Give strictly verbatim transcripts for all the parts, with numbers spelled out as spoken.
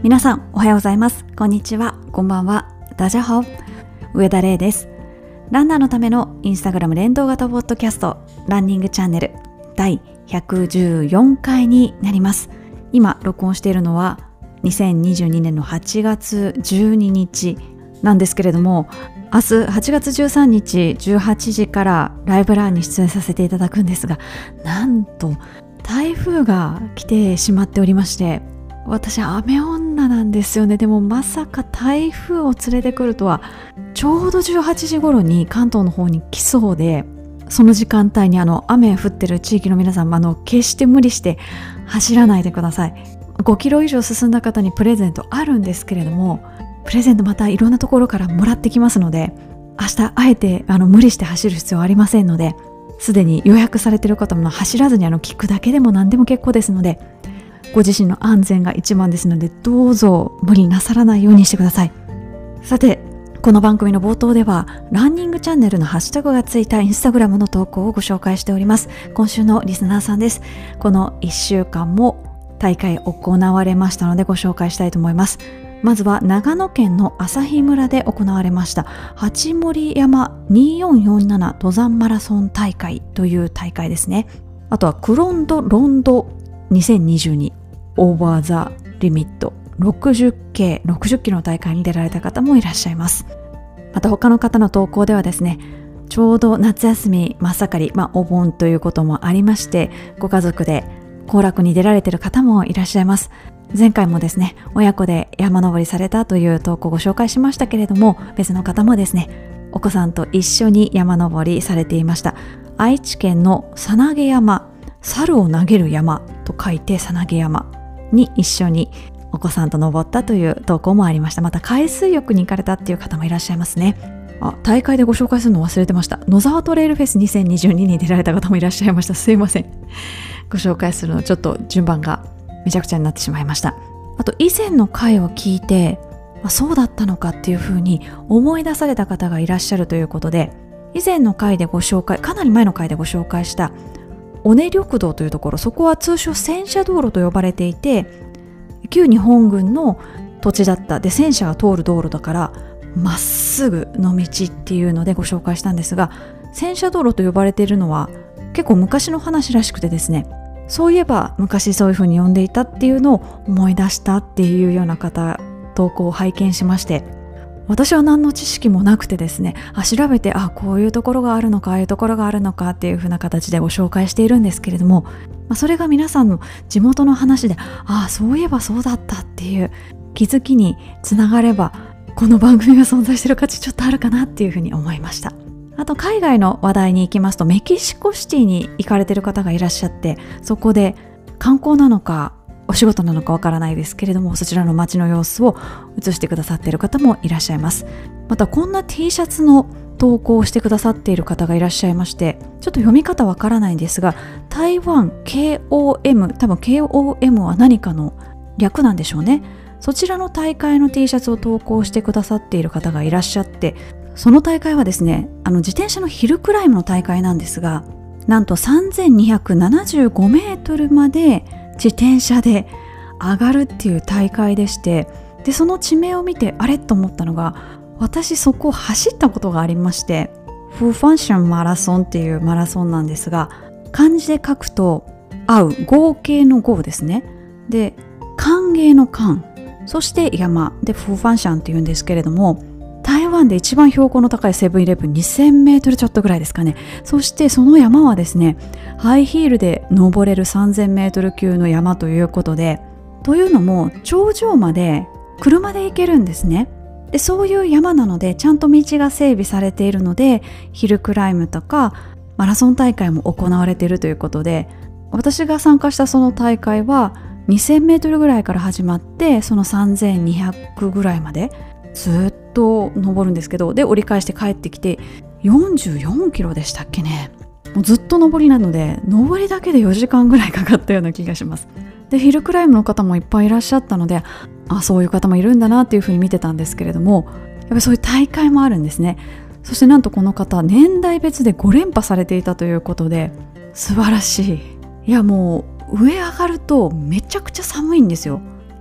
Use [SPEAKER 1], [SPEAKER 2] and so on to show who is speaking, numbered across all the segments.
[SPEAKER 1] 皆さんおはようございます。こんにちは、こんばんは。ダジャホ上田玲です。ランナーのためのインスタグラム連動型ポッドキャストランニングチャンネルだいひゃくじゅうよんかいになります。今録音しているのはにせんにじゅうにねんのはちがつじゅうににちなんですけれども、明日はちがつじゅうさんにちじゅうはちじからライブランに出演させていただくんですが、なんと台風が来てしまっておりまして、私雨女なんですよね。でもまさか台風を連れてくるとは。ちょうどじゅうはちじ頃に関東の方に来そうで、その時間帯にあの雨降ってる地域の皆さんもあの決して無理して走らないでください。ごキロ以上進んだ方にプレゼントあるんですけれども、プレゼントまたいろんなところからもらってきますので、明日あえてあの無理して走る必要はありませんので、すでに予約されている方も走らずにあの聞くだけでも何でも結構ですので、ご自身の安全が一番ですので、どうぞ無理なさらないようにしてください。さて、この番組の冒頭ではランニングチャンネルのハッシュタグがついたインスタグラムの投稿をご紹介しております。今週のリスナーさんです。このいっしゅうかんも大会行われましたのでご紹介したいと思います。まずは長野県の朝日村で行われました八森山にせんよんひゃくよんじゅうなな登山マラソン大会という大会ですね。あとはクロンドロンドにせんにじゅうにオーバーザリミット ろくじゅっケーろくじゅっキロの大会に出られた方もいらっしゃいます。また他の方の投稿ではですね、ちょうど夏休み真っ盛り、まあお盆ということもありまして、ご家族で行楽に出られている方もいらっしゃいます。前回もですね、親子で山登りされたという投稿をご紹介しましたけれども、別の方もですね、お子さんと一緒に山登りされていました。愛知県のさなげ山、猿を投げる山と書いてさなげ山に一緒にお子さんと登ったという投稿もありました。また海水浴に行かれたっていう方もいらっしゃいますね。あ、大会でご紹介するの忘れてました。野沢トレイルフェスにせんにじゅうにに出られた方もいらっしゃいました。すいません。ご紹介するのちょっと順番がめちゃくちゃになってしまいました。あと以前の回を聞いて、まあ、そうだったのかっていうふうに思い出された方がいらっしゃるということで、以前の回でご紹介、かなり前の回でご紹介した尾根緑道というところ、そこは通称戦車道路と呼ばれていて、旧日本軍の土地だった。で、戦車が通る道路だからまっすぐの道っていうのでご紹介したんですが、戦車道路と呼ばれているのは結構昔の話らしくてですね、そういえば昔そういう風に呼んでいたっていうのを思い出したっていうような方投稿を拝見しまして、私は何の知識もなくてですね、あ調べてあこういうところがあるのかああいうところがあるのかっていう風な形でご紹介しているんですけれども、まあ、それが皆さんの地元の話で、あそういえばそうだったっていう気づきにつながれば、この番組が存在している価値ちょっとあるかなっていう風に思いました。あと海外の話題に行きますと、メキシコシティに行かれている方がいらっしゃって、そこで観光なのかお仕事なのかわからないですけれども、そちらの街の様子を映してくださっている方もいらっしゃいます。またこんな T シャツの投稿をしてくださっている方がいらっしゃいまして、ちょっと読み方わからないんですが、台湾 ケーオーエム、 多分 ケーオーエム は何かの略なんでしょうね。そちらの大会の T シャツを投稿してくださっている方がいらっしゃって、その大会はですね、あの自転車のヒルクライムの大会なんですが、なんとさんぜんにひゃくななじゅうごメートルまで自転車で上がるっていう大会でして、でその地名を見てあれと思ったのが、私そこを走ったことがありまして、フーファンションマラソンっていうマラソンなんですが、漢字で書くと合う、合計の合ですね。で歓迎の歓、そして山でフーファンシャンっていうんですけれども、台湾で一番標高の高いセブンイレブンにせんメートルちょっとぐらいですかね。そしてその山はですね、ハイヒールで登れるさんぜんメートル級の山ということで、というのも頂上まで車で行けるんですね。でそういう山なのでちゃんと道が整備されているので、ヒルクライムとかマラソン大会も行われているということで、私が参加したその大会はにせんメートルぐらいから始まって、そのさんぜんにひゃくぐらいまでずっと登るんですけど、で折り返して帰ってきてよんじゅうよんキロでしたっけね。もうずっと登りなので、登りだけでよじかんぐらいかかったような気がします。でヒルクライムの方もいっぱいいらっしゃったので、あそういう方もいるんだなっていうふうに見てたんですけれども、やっぱりそういう大会もあるんですね。そしてなんとこの方年代別でご連覇されていたということで、素晴らしい。いやもう上上がるとめちゃくちゃ寒いんですよ。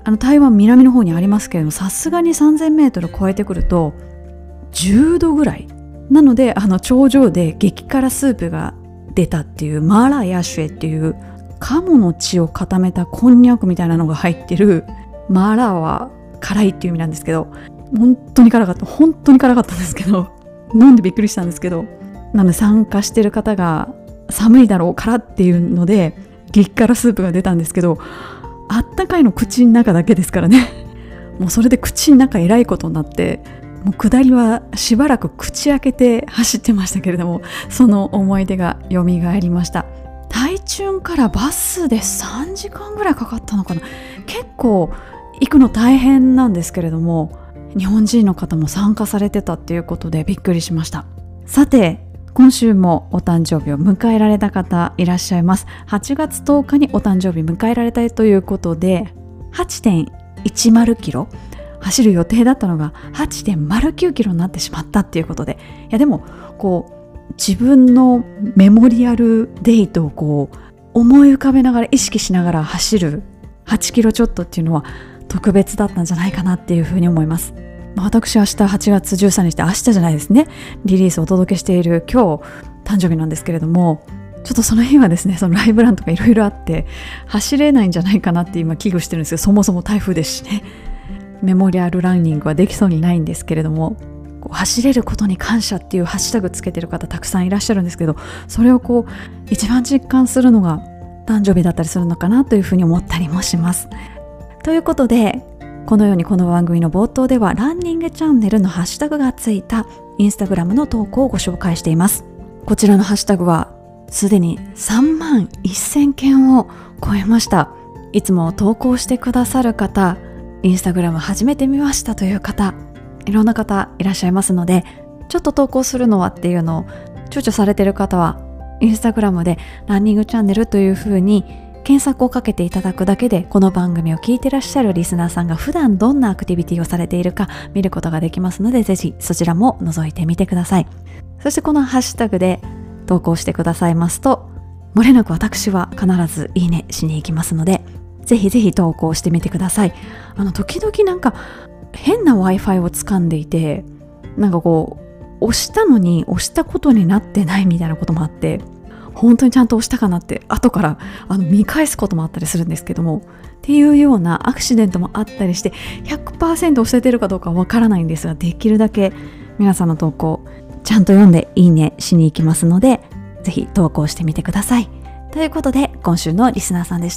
[SPEAKER 1] あの台湾南の方にありますけれども、さすがにさんぜんメートル超えてくるとじゅうどぐらいなので、あの頂上で激辛スープが出たっていうマーラーヤシュエっていう鴨の血を固めたこんにゃくみたいなのが入ってる、マーラーは辛いっていう意味なんですけど、本当に辛かった本当に辛かったんですけど、飲んでびっくりしたんですけど、なので参加してる方が寒いだろうからっていうので激辛スープが出たんですけど、あったかいの口の中だけですからねもうそれで口の中えらいことになって、もう下りはしばらく口開けて走ってましたけれども、その思い出がよみがえりました。台中からバスでさんじかんぐらいかかったのかな。結構行くの大変なんですけれども、日本人の方も参加されてたっていうことでびっくりしました。さて、今週もお誕生日を迎えられた方いらっしゃいます。はちがつとおかにお誕生日迎えられたということで、 はちてんいちまるキロ走る予定だったのが はちてんまるきゅうキロになってしまったっていうことで、いやでもこう自分のメモリアルデートをこう思い浮かべながら意識しながら走るはちキロちょっとっていうのは特別だったんじゃないかなっていうふうに思います。私明日はちがつじゅうさんにちで、明日じゃないですね、リリースをお届けしている今日誕生日なんですけれども、ちょっとその日はですね、そのライブランとかいろいろあって走れないんじゃないかなって今危惧してるんですけど、そもそも台風ですしね、メモリアルランニングはできそうにないんですけれども、こう走れることに感謝っていうハッシュタグつけてる方たくさんいらっしゃるんですけど、それをこう一番実感するのが誕生日だったりするのかなというふうに思ったりもします。ということで、このようにこの番組の冒頭ではランニングチャンネルのハッシュタグがついたインスタグラムの投稿をご紹介しています。こちらのハッシュタグはすでにさんまんせんけんを超えました。いつも投稿してくださる方、インスタグラム初めて見ましたという方、いろんな方いらっしゃいますので、ちょっと投稿するのはっていうのを躊躇されている方は、インスタグラムでランニングチャンネルというふうに検索をかけていただくだけで、この番組を聞いてらっしゃるリスナーさんが普段どんなアクティビティをされているか見ることができますので、ぜひそちらも覗いてみてください。そしてこのハッシュタグで投稿してくださいますと、漏れなく私は必ずいいねしに行きますので、ぜひぜひ投稿してみてください。あの時々なんか変な Wi-Fi を掴んでいて、なんかこう押したのに押したことになってないみたいなこともあって、本当にちゃんと押したかなって後からあの見返すこともあったりするんですけども、っていうようなアクシデントもあったりして ひゃくパーセント 押せてるかどうかわからないんですが、できるだけ皆さんの投稿ちゃんと読んでいいねしに行きますので、ぜひ投稿してみてください。ということで、今週のリスナーさんでした。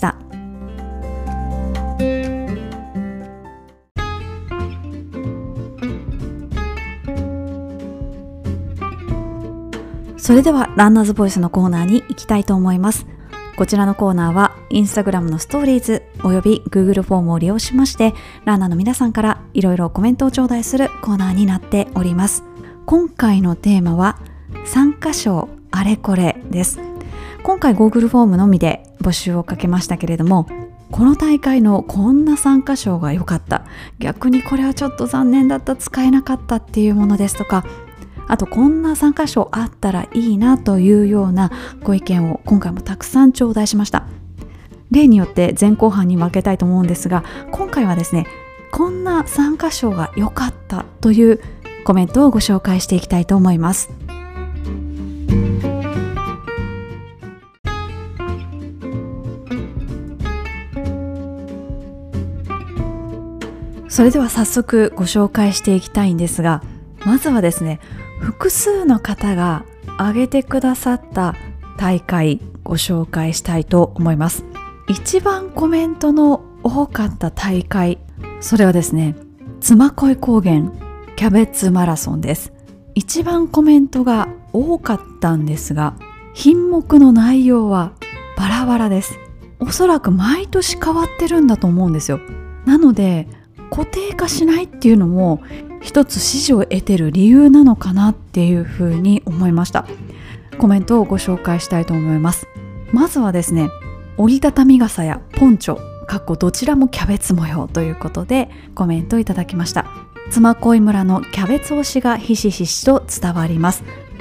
[SPEAKER 1] それではランナーズボイスのコーナーに行きたいと思います。こちらのコーナーはインスタグラムのストーリーズおよび Google フォームを利用しまして、ランナーの皆さんからいろいろコメントを頂戴するコーナーになっております。今回のテーマは参加賞あれこれです。今回 Google フォームのみで募集をかけましたけれども、この大会のこんな参加賞が良かった、逆にこれはちょっと残念だった、使えなかったっていうものですとか、あとこんな参加賞あったらいいなというようなご意見を今回もたくさん頂戴しました。例によって前後半に分けたいと思うんですが、今回はですね、こんな参加賞が良かったというコメントをご紹介していきたいと思います。それでは早速ご紹介していきたいんですが、まずはですね、複数の方が挙げてくださった大会ご紹介したいと思います。一番コメントの多かった大会、それはですね、嬬恋高原キャベツマラソンです。一番コメントが多かったんですが、品目の内容はバラバラです。おそらく毎年変わってるんだと思うんですよ。なので固定化しないっていうのも一つ支持を得てる理由なのかなっていうふうに思いました。コメントをご紹介したいと思います。まずはですね、折りたたみ傘やポンチョかっこどちらもキャベツ模様ということでコメントいただきました。嬬恋村のキャベツ推しがひしひしと伝わります。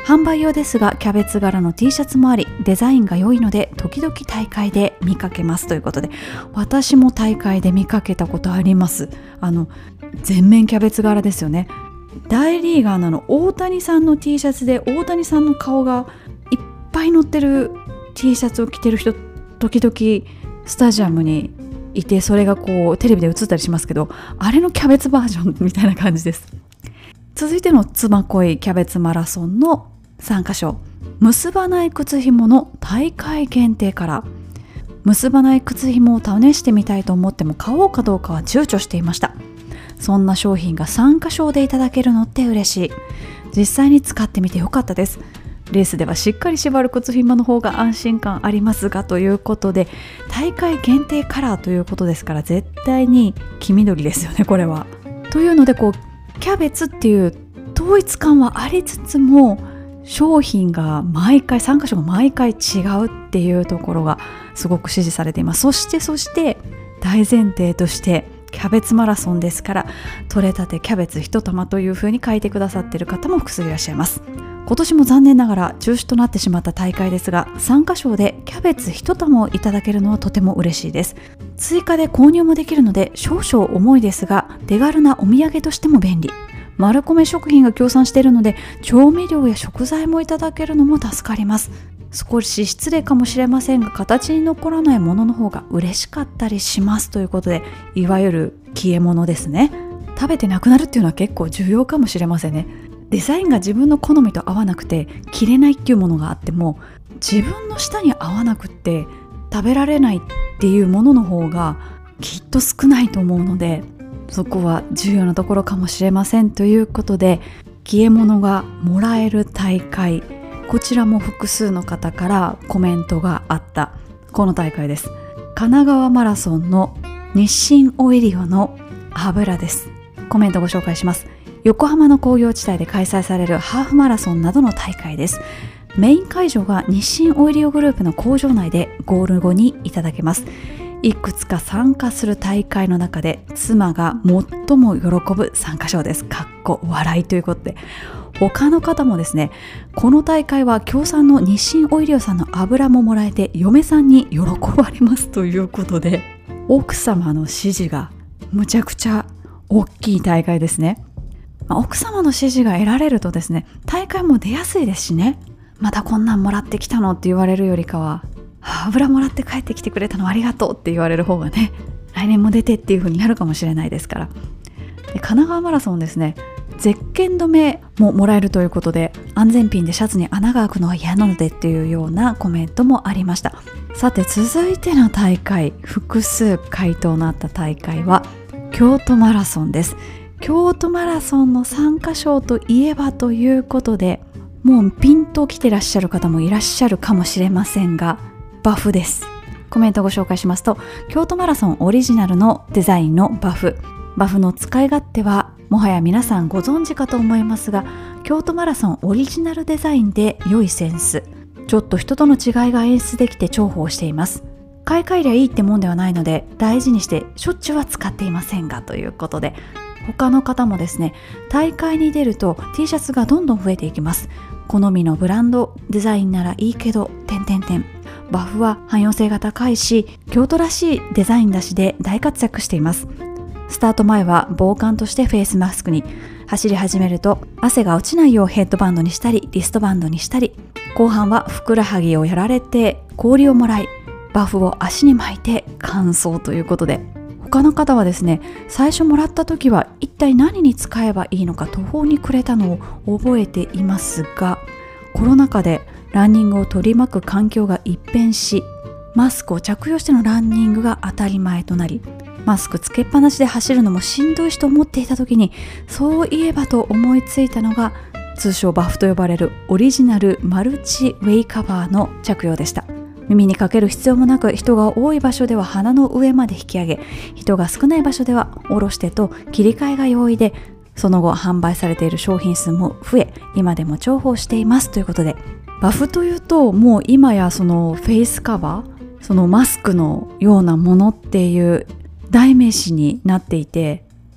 [SPEAKER 1] 販売用ですがキャベツ柄の T シャツもありデザインが良いので時々大会で見かけますということで、私も大会で見かけたことあります。あの全面キャベツ柄ですよね。大リーガーなの大谷さんの T シャツで大谷さんの顔がいっぱい載ってる T シャツを着てる人時々スタジアムにいて、それがこうテレビで映ったりしますけど、あれのキャベツバージョンみたいな感じです。続いてのつまこいキャベツマラソンの参加賞、結ばない靴紐の大会限定カラー。結ばない靴紐を試してみたいと思っても買おうかどうかは躊躇していました。そんな商品が参加賞でいただけるのって嬉しい。実際に使ってみてよかったです。レースではしっかり縛る靴紐の方が安心感ありますが、ということで大会限定カラーということですから絶対に黄緑ですよね、これは。というのでこうキャベツっていう統一感はありつつも商品が毎回参加賞が毎回違うっていうところがすごく支持されています。そしてそして大前提としてキャベツマラソンですから、取れたてキャベツ一玉というふうに書いてくださっている方も複数いらっしゃいます。今年も残念ながら中止となってしまった大会ですが、参加賞でキャベツ一玉をいただけるのはとても嬉しいです。追加で購入もできるので少々重いですが手軽なお土産としても便利。マルコメ食品が協賛しているので調味料や食材もいただけるのも助かります。少し失礼かもしれませんが形に残らないものの方が嬉しかったりしますということで、いわゆる消え物ですね。食べてなくなるっていうのは結構重要かもしれませんね。デザインが自分の好みと合わなくて着れないっていうものがあっても、自分の舌に合わなくって食べられないっていうものの方がきっと少ないと思うので、そこは重要なところかもしれませんということで、消え物がもらえる大会、こちらも複数の方からコメントがあったこの大会です。神奈川マラソンの日清オイリオの油です。コメントご紹介します。横浜の工業地帯で開催されるハーフマラソンなどの大会です。メイン会場が日清オイリオグループの工場内でゴール後にいただけます。いくつか参加する大会の中で妻が最も喜ぶ参加賞です。かっこ笑いということで、他の方もですね、この大会は協賛の日清オイリオさんの油ももらえて嫁さんに喜ばれますということで、奥様の支持がむちゃくちゃ大きい大会ですね。まあ、奥様の支持が得られるとですね、大会も出やすいですしね。またこんなんもらってきたのって言われるよりかは、油もらって帰ってきてくれたのありがとうって言われる方がね、来年も出てっていう風になるかもしれないですから。で、神奈川マラソンですね、ゼッケン止めももらえるということで、安全ピンでシャツに穴が開くのは嫌なのでっていうようなコメントもありました。さて続いての大会、複数回答のあった大会は京都マラソンです。京都マラソンの参加賞といえばということで、もうピンと来てらっしゃる方もいらっしゃるかもしれませんが、バフです。コメントをご紹介しますと、京都マラソンオリジナルのデザインのバフ。バフの使い勝手はもはや皆さんご存知かと思いますが、京都マラソンオリジナルデザインで良いセンス。ちょっと人との違いが演出できて重宝しています。買い替えりゃいいってもんではないので、大事にしてしょっちゅうは使っていませんがということで、他の方もですね、大会に出ると T シャツがどんどん増えていきます。好みのブランドデザインならいいけど点々点。バフは汎用性が高いし、京都らしいデザイン出しで大活躍しています。スタート前は防寒としてフェイスマスクに、走り始めると汗が落ちないようヘッドバンドにしたりリストバンドにしたり、後半はふくらはぎをやられて氷をもらい、バフを足に巻いて乾燥ということで、他の方はですね、最初もらった時は一体何に使えばいいのか途方に暮れたのを覚えていますが、コロナ禍でランニングを取り巻く環境が一変し、マスクを着用してのランニングが当たり前となり、マスクつけっぱなしで走るのもしんどいしと思っていた時に、そういえばと思いついたのが通称バフと呼ばれるオリジナルマルチウェイカバーの着用でした。耳にかける必要もなく、人が多い場所では鼻の上まで引き上げ、人が少ない場所では下ろしてと切り替えが容易で、その後販売されている商品数も増え、今でも重宝していますということで、バフというともう今やそのフェイスカバー、そのマスクのようなものっていう代名詞になっていて、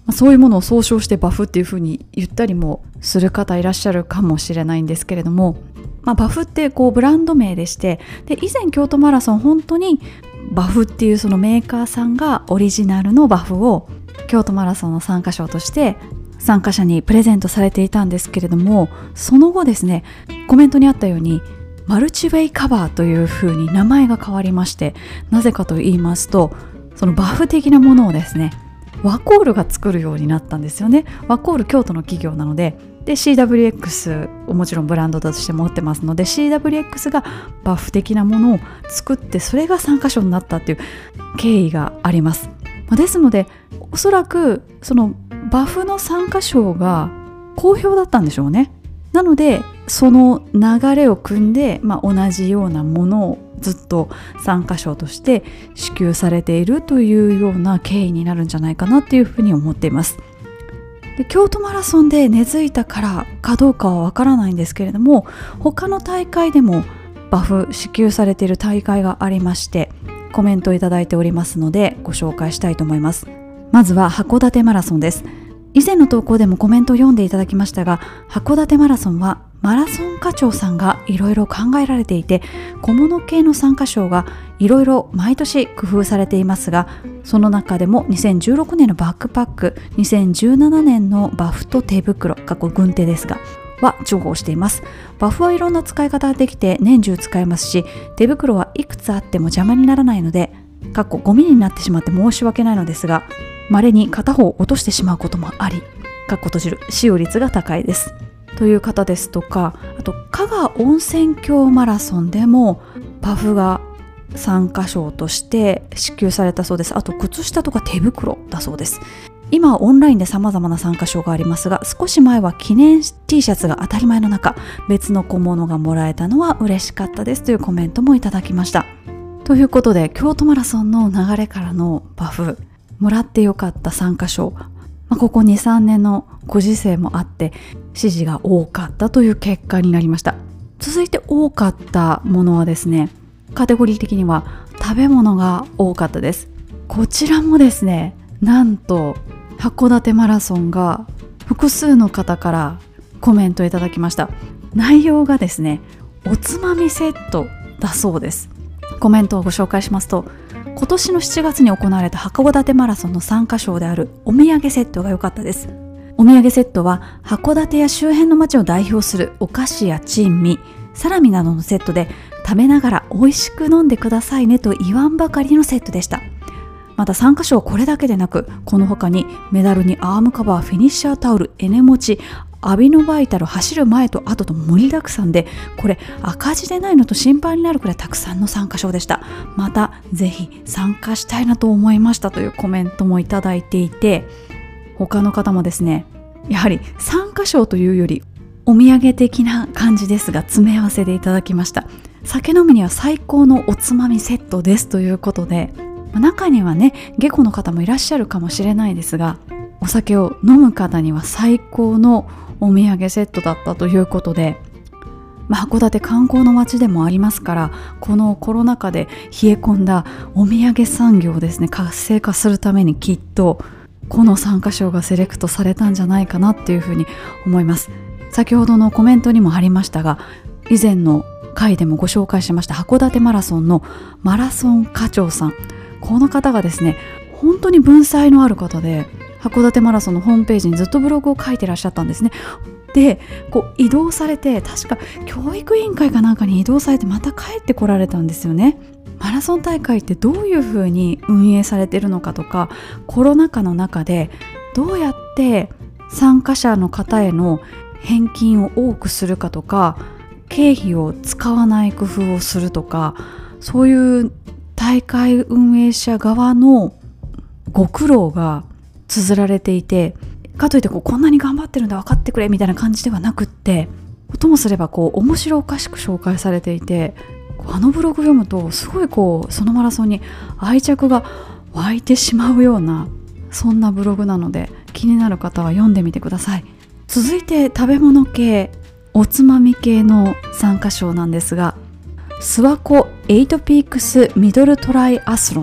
[SPEAKER 1] そういうものを総称してバフっていう風に言ったりもする方いらっしゃるかもしれないんですけれども、まあ、バフってこうブランド名でして、で以前京都マラソン本当にバフっていうそのメーカーさんがオリジナルのバフを京都マラソンの参加賞として参加者にプレゼントされていたんですけれども、その後ですね、コメントにあったようにマルチウェイカバーという風に名前が変わりまして、なぜかと言いますと、そのバフ的なものをですねワコールが作るようになったんですよね。ワコール京都の企業なので、で シーダブリューエックス をもちろんブランドとして持ってますので、 シーダブリューエックス がバフ的なものを作って、それが参加賞になったっていう経緯があります。ですのでおそらくそのバフの参加賞が好評だったんでしょうね。なのでその流れを組んで、まあ、同じようなものをずっと参加賞として支給されているというような経緯になるんじゃないかなっていうふうに思っています。で京都マラソンで根付いたからかどうかはわからないんですけれども、他の大会でもバフ支給されている大会がありまして、コメントをいただいておりますのでご紹介したいと思います。まずは函館マラソンです。以前の投稿でもコメントを読んでいただきましたが、函館マラソンはマラソン課長さんがいろいろ考えられていて、小物系の参加賞がいろいろ毎年工夫されていますが、その中でもにせんじゅうろくねんのバックパック、にせんじゅうななねんのバフと手袋過去軍手ですがは重宝しています。バフはいろんな使い方ができて年中使えますし、手袋はいくつあっても邪魔にならないので過去ゴミになってしまって申し訳ないのですが、稀に片方落としてしまうこともあり、かっこ閉じる使用率が高いですという方ですとか、あと加賀温泉郷マラソンでもバフが参加賞として支給されたそうです。あと靴下とか手袋だそうです。今はオンラインで様々な参加賞がありますが、少し前は記念 T シャツが当たり前の中、別の小物がもらえたのは嬉しかったですというコメントもいただきました。ということで京都マラソンの流れからのバフ、もらってよかった参加賞、まあ、ここ にさんねんのご時世もあって支持が多かったという結果になりました。続いて多かったものはですね、カテゴリー的には食べ物が多かったです。こちらもですね、なんと函館マラソンが複数の方からコメントいただきました。内容がですね、おつまみセットだそうです。コメントをご紹介しますと、今年のしちがつに行われた函館マラソンの参加賞であるお土産セットが良かったです。お土産セットは函館や周辺の町を代表するお菓子や珍味、サラミなどのセットで、食べながら美味しく飲んでくださいねと言わんばかりのセットでした。また参加賞はこれだけでなく、この他にメダルにアームカバー、フィニッシャータオル、エネ持ち、アビノバイタル、走る前と後と盛りだくさんで、これ赤字でないのと心配になるくらいたくさんの参加賞でした。またぜひ参加したいなと思いましたというコメントもいただいていて、他の方もですね、やはり参加賞というよりお土産的な感じですが、詰め合わせでいただきました。酒飲みには最高のおつまみセットですということで、中にはね、下戸の方もいらっしゃるかもしれないですが、お酒を飲む方には最高のお土産セットだったということで、まあ、函館観光の街でもありますから、このコロナ禍で冷え込んだお土産産業をですね、活性化するためにきっとこの参加賞がセレクトされたんじゃないかなっていうふうに思います。先ほどのコメントにもありましたが、以前の回でもご紹介しました函館マラソンのマラソン課長さん、この方がですね、本当に文才のある方で、函館マラソンのホームページにずっとブログを書いてらっしゃったんですね。で、こう移動されて、確か教育委員会かなんかに移動されてまた帰ってこられたんですよね。マラソン大会ってどういうふうに運営されているのかとか、コロナ禍の中でどうやって参加者の方への返金を多くするかとか、経費を使わない工夫をするとか、そういう大会運営者側のご苦労が綴られていて、かといってこうこんなに頑張ってるんだ分かってくれみたいな感じではなくって、ともすればこう面白おかしく紹介されていて、あのブログ読むとすごいこうそのマラソンに愛着が湧いてしまうような、そんなブログなので気になる方は読んでみてください。続いて食べ物系、おつまみ系の参加賞なんですが、諏訪湖エイトピークスミドルトライアスロン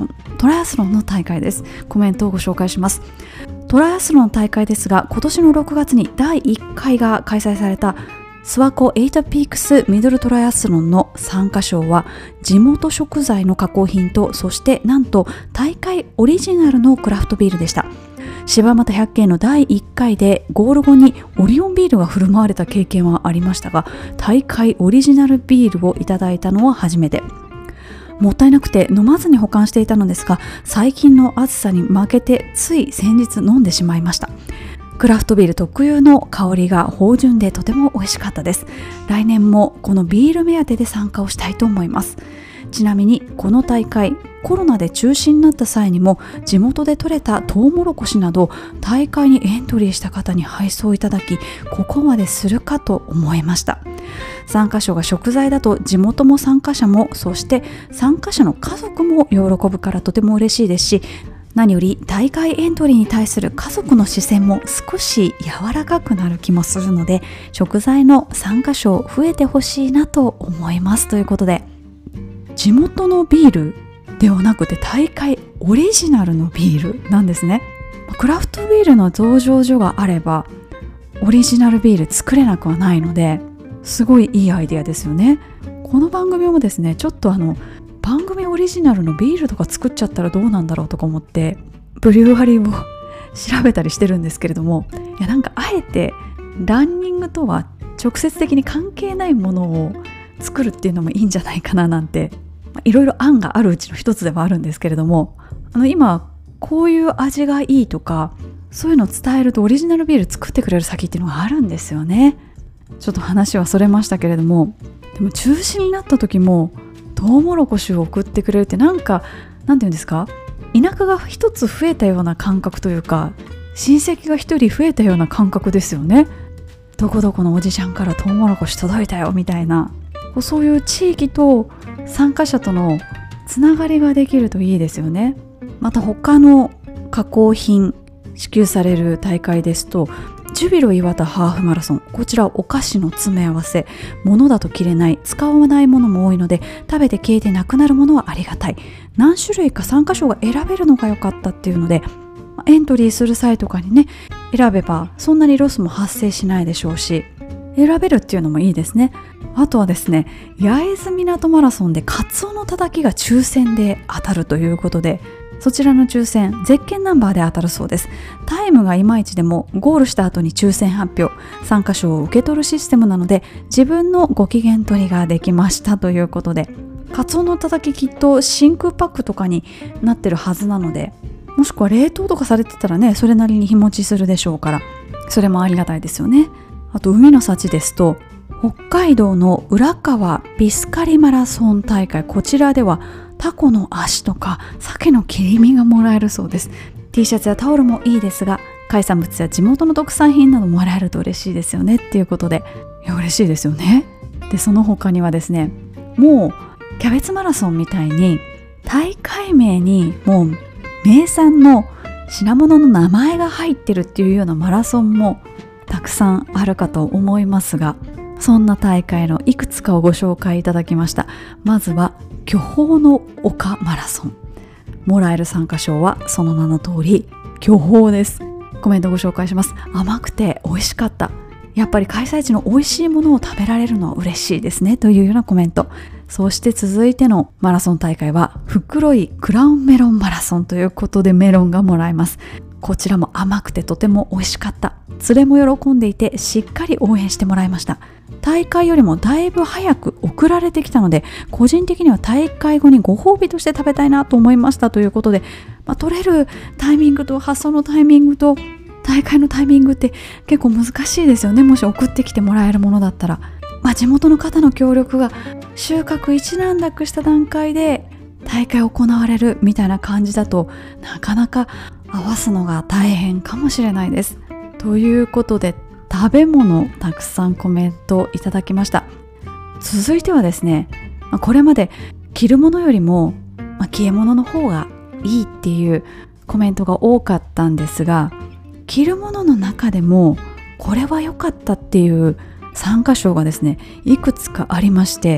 [SPEAKER 1] トライアスロンの大会です。コメントをご紹介します。トライアスロンの大会ですが、今年のろくがつにだいいっかいが開催された諏訪湖エイトピークスミドルトライアスロンの参加賞は地元食材の加工品と、そしてなんと大会オリジナルのクラフトビールでした。柴又百景のだいいっかいでゴール後にオリオンビールが振る舞われた経験はありましたが、大会オリジナルビールをいただいたのは初めて。もったいなくて飲まずに保管していたのですが、最近の暑さに負けてつい先日飲んでしまいました。クラフトビール特有の香りが芳醇でとても美味しかったです。来年もこのビール目当てで参加をしたいと思います。ちなみにこの大会、コロナで中止になった際にも地元で採れたトウモロコシなど大会にエントリーした方に配送いただき、ここまでするかと思いました。参加賞が食材だと地元も参加者も、そして参加者の家族も喜ぶからとても嬉しいですし、何より大会エントリーに対する家族の視線も少し柔らかくなる気もするので、食材の参加賞増えてほしいなと思います。ということで、地元のビールではなくて大会オリジナルのビールなんですね。クラフトビールの醸造所があればオリジナルビール作れなくはないので、すごいいいアイデアですよね。この番組もですね、ちょっとあの番組オリジナルのビールとか作っちゃったらどうなんだろうとか思ってブリュワリーを調べたりしてるんですけれども、いやなんかあえてランニングとは直接的に関係ないものを作るっていうのもいいんじゃないかななんて、いろいろ案があるうちの一つではあるんですけれども、あの今こういう味がいいとかそういうのを伝えるとオリジナルビール作ってくれる先っていうのがあるんですよね。ちょっと話はそれましたけれども、でも中止になった時もトウモロコシを送ってくれるって、なんかなんていうんですか、田舎が一つ増えたような感覚というか、親戚が一人増えたような感覚ですよね。どこどこのおじちゃんからトウモロコシ届いたよみたいな、そういう地域と参加者とのつながりができるといいですよね。また他の加工品支給される大会ですと、ジュビロ磐田ハーフマラソン、こちらお菓子の詰め合わせ、物だと切れない、使わないものも多いので食べて消えてなくなるものはありがたい、何種類か参加賞が選べるのが良かったっていうので、エントリーする際とかにね選べばそんなにロスも発生しないでしょうし、選べるっていうのもいいですね。あとはですね、焼津港マラソンでカツオのたたきが抽選で当たるということで、そちらの抽選ゼッケンナンバーで当たるそうです。タイムがいまいちでもゴールした後に抽選発表、参加賞を受け取るシステムなので自分のご機嫌取りができましたということで、カツオのたたききっと真空パックとかになってるはずなので、もしくは冷凍とかされてたらね、それなりに日持ちするでしょうから、それもありがたいですよね。あと海の幸ですと、北海道の浦川ビスカリマラソン大会、こちらではタコの足とか鮭の切り身がもらえるそうです。 T シャツやタオルもいいですが、海産物や地元の特産品などもらえると嬉しいですよねっていうことで、いや嬉しいですよね。でその他にはですね、もうキャベツマラソンみたいに大会名にもう名産の品物の名前が入ってるっていうようなマラソンもたくさんあるかと思いますが、そんな大会のいくつかをご紹介いただきました。まずは巨峰の丘マラソン、もらえる参加賞はその名の通り巨峰です。コメントご紹介します。甘くて美味しかった、やっぱり開催地の美味しいものを食べられるのは嬉しいですねというようなコメント。そして続いてのマラソン大会は袋井クラウンメロンマラソンということで、メロンがもらえます。こちらも甘くてとても美味しかった、連れも喜んでいてしっかり応援してもらいました。大会よりもだいぶ早く送られてきたので、個人的には大会後にご褒美として食べたいなと思いましたということで、まあ、取れるタイミングと発送のタイミングと大会のタイミングって結構難しいですよね。もし送ってきてもらえるものだったら、まあ、地元の方の協力が収穫一段落した段階で大会行われるみたいな感じだと、なかなか合わすのが大変かもしれないです。ということで、食べ物たくさんコメントいただきました。続いてはですね、これまで着るものよりも消え物の方がいいっていうコメントが多かったんですが、着るものの中でもこれは良かったっていう参加賞がですねいくつかありまして、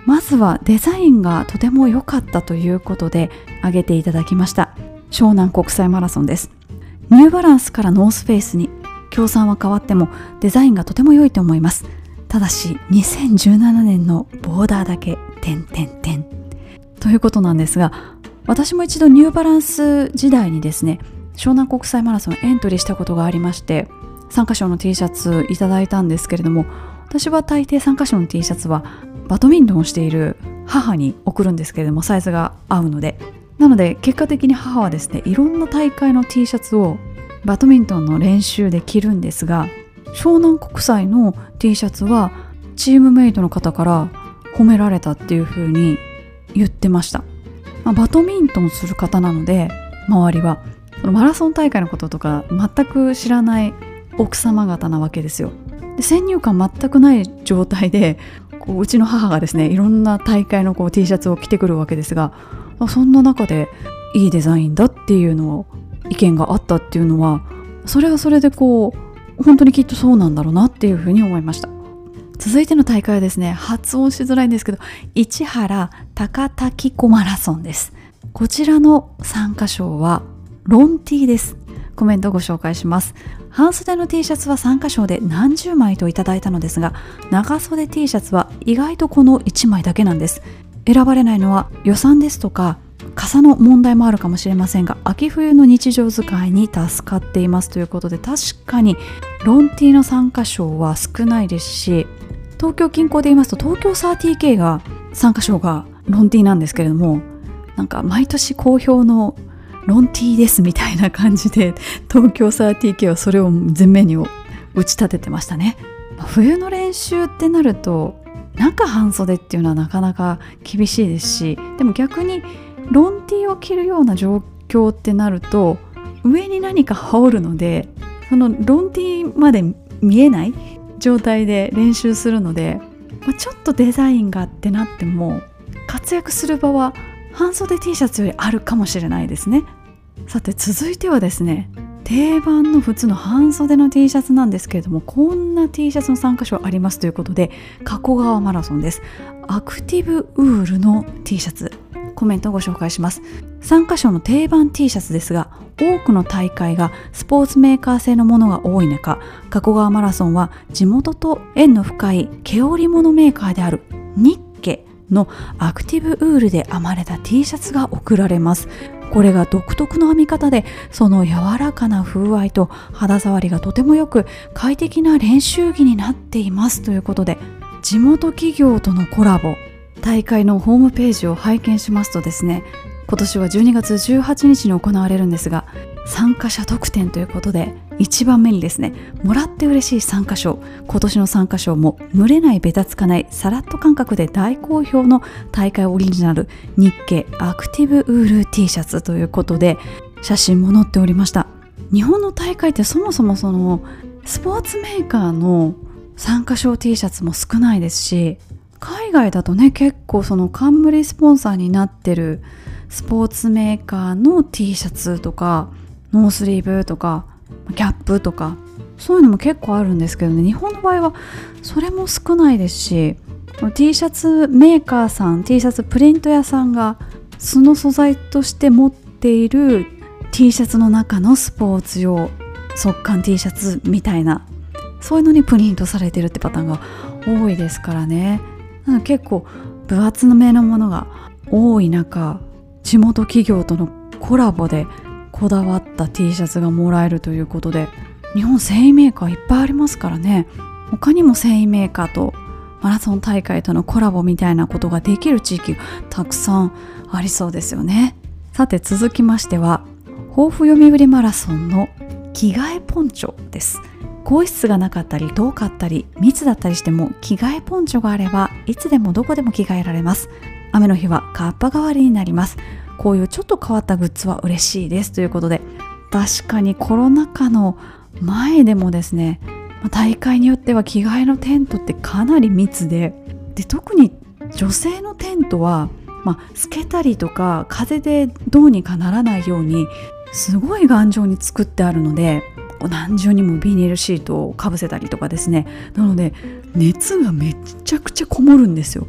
[SPEAKER 1] まずはデザインがとても良かったということで挙げていただきました湘南国際マラソンです。ニューバランスからノースフェイスに協賛は変わってもデザインがとても良いと思います。ただしにせんじゅうななねんのボーダーだけ点点点ということなんですが、私も一度ニューバランス時代にですね湘南国際マラソンエントリーしたことがありまして、参加賞の T シャツいただいたんですけれども、私は大抵参加賞の T シャツはバドミントンをしている母に送るんですけれども、サイズが合うので、なので結果的に母はですねいろんな大会の T シャツをバドミントンの練習で着るんですが、湘南国際の T シャツはチームメイトの方から褒められたっていう風に言ってました。まあ、バドミントンする方なので、周りはマラソン大会のこととか全く知らない奥様方なわけですよ。で、先入観全くない状態でこううちの母がですねいろんな大会のこう T シャツを着てくるわけですが、そんな中でいいデザインだっていうのを意見があったっていうのは、それはそれでこう本当にきっとそうなんだろうなっていうふうに思いました。続いての大会はですね、発音しづらいんですけど、市原高滝湖マラソンです。こちらの参加賞はロン T です。コメントをご紹介します。半袖の T シャツは参加賞で何十枚といただいたのですが、長袖 T シャツは意外とこのいちまいだけなんです。選ばれないのは予算ですとか傘の問題もあるかもしれませんが、秋冬の日常使いに助かっていますということで、確かにロン T の参加賞は少ないですし、東京近郊で言いますと東京 サーティーケー が参加賞がロン T なんですけれども、なんか毎年好評のロン T ですみたいな感じで東京 サーティーケー はそれを前面に打ち立ててましたね。冬の練習ってなると中半袖っていうのはなかなか厳しいですし、でも逆にロン T を着るような状況ってなると上に何か羽織るので、そのロン T まで見えない状態で練習するので、まあ、ちょっとデザインがってなっても活躍する場は半袖 T シャツよりあるかもしれないですね。さて続いてはですね、定番の普通の半袖の T シャツなんですけれども、こんな T シャツの参加賞ありますということで、加古川マラソンです。アクティブウールの T シャツ、コメントをご紹介します。参加賞の定番 T シャツですが、多くの大会がスポーツメーカー製のものが多い中、加古川マラソンは地元と縁の深い毛織物メーカーであるニッケのアクティブウールで編まれた T シャツが贈られます。これが独特の編み方で、その柔らかな風合いと肌触りがとてもよく、快適な練習着になっていますということで、地元企業とのコラボ、大会のホームページを拝見しますとですね、今年はじゅうにがつじゅうはちにちに行われるんですが、参加者特典ということでいちばんめにですね、もらって嬉しい参加賞、今年の参加賞も蒸れないベタつかないサラッと感覚で大好評の大会オリジナル日経アクティブウール T シャツということで、写真も載っておりました。日本の大会ってそもそもそのスポーツメーカーの参加賞 T シャツも少ないですし、海外だとね結構その冠スポンサーになってるスポーツメーカーの T シャツとかノースリーブとかキャップとかそういうのも結構あるんですけどね、日本の場合はそれも少ないですし、この T シャツメーカーさん、 T シャツプリント屋さんがその素材として持っている T シャツの中のスポーツ用速乾 T シャツみたいな、そういうのにプリントされてるってパターンが多いですからね。なので結構分厚めのものが多い中、地元企業とのコラボでこだわった T シャツがもらえるということで、日本繊維メーカーいっぱいありますからね。他にも繊維メーカーとマラソン大会とのコラボみたいなことができる地域がたくさんありそうですよね。さて続きましては、豊富読売マラソンの着替えポンチョです。更衣室がなかったり遠かったり密だったりしても、着替えポンチョがあればいつでもどこでも着替えられます。雨の日はカッパ代わりになります。こういうちょっと変わったグッズは嬉しいですということで、確かにコロナ禍の前でもですね、大会によっては着替えのテントってかなり密で、で特に女性のテントは、まあ、透けたりとか風でどうにかならないようにすごい頑丈に作ってあるので、何重にもビニールシートをかぶせたりとかですね、なので熱がめちゃくちゃこもるんですよ。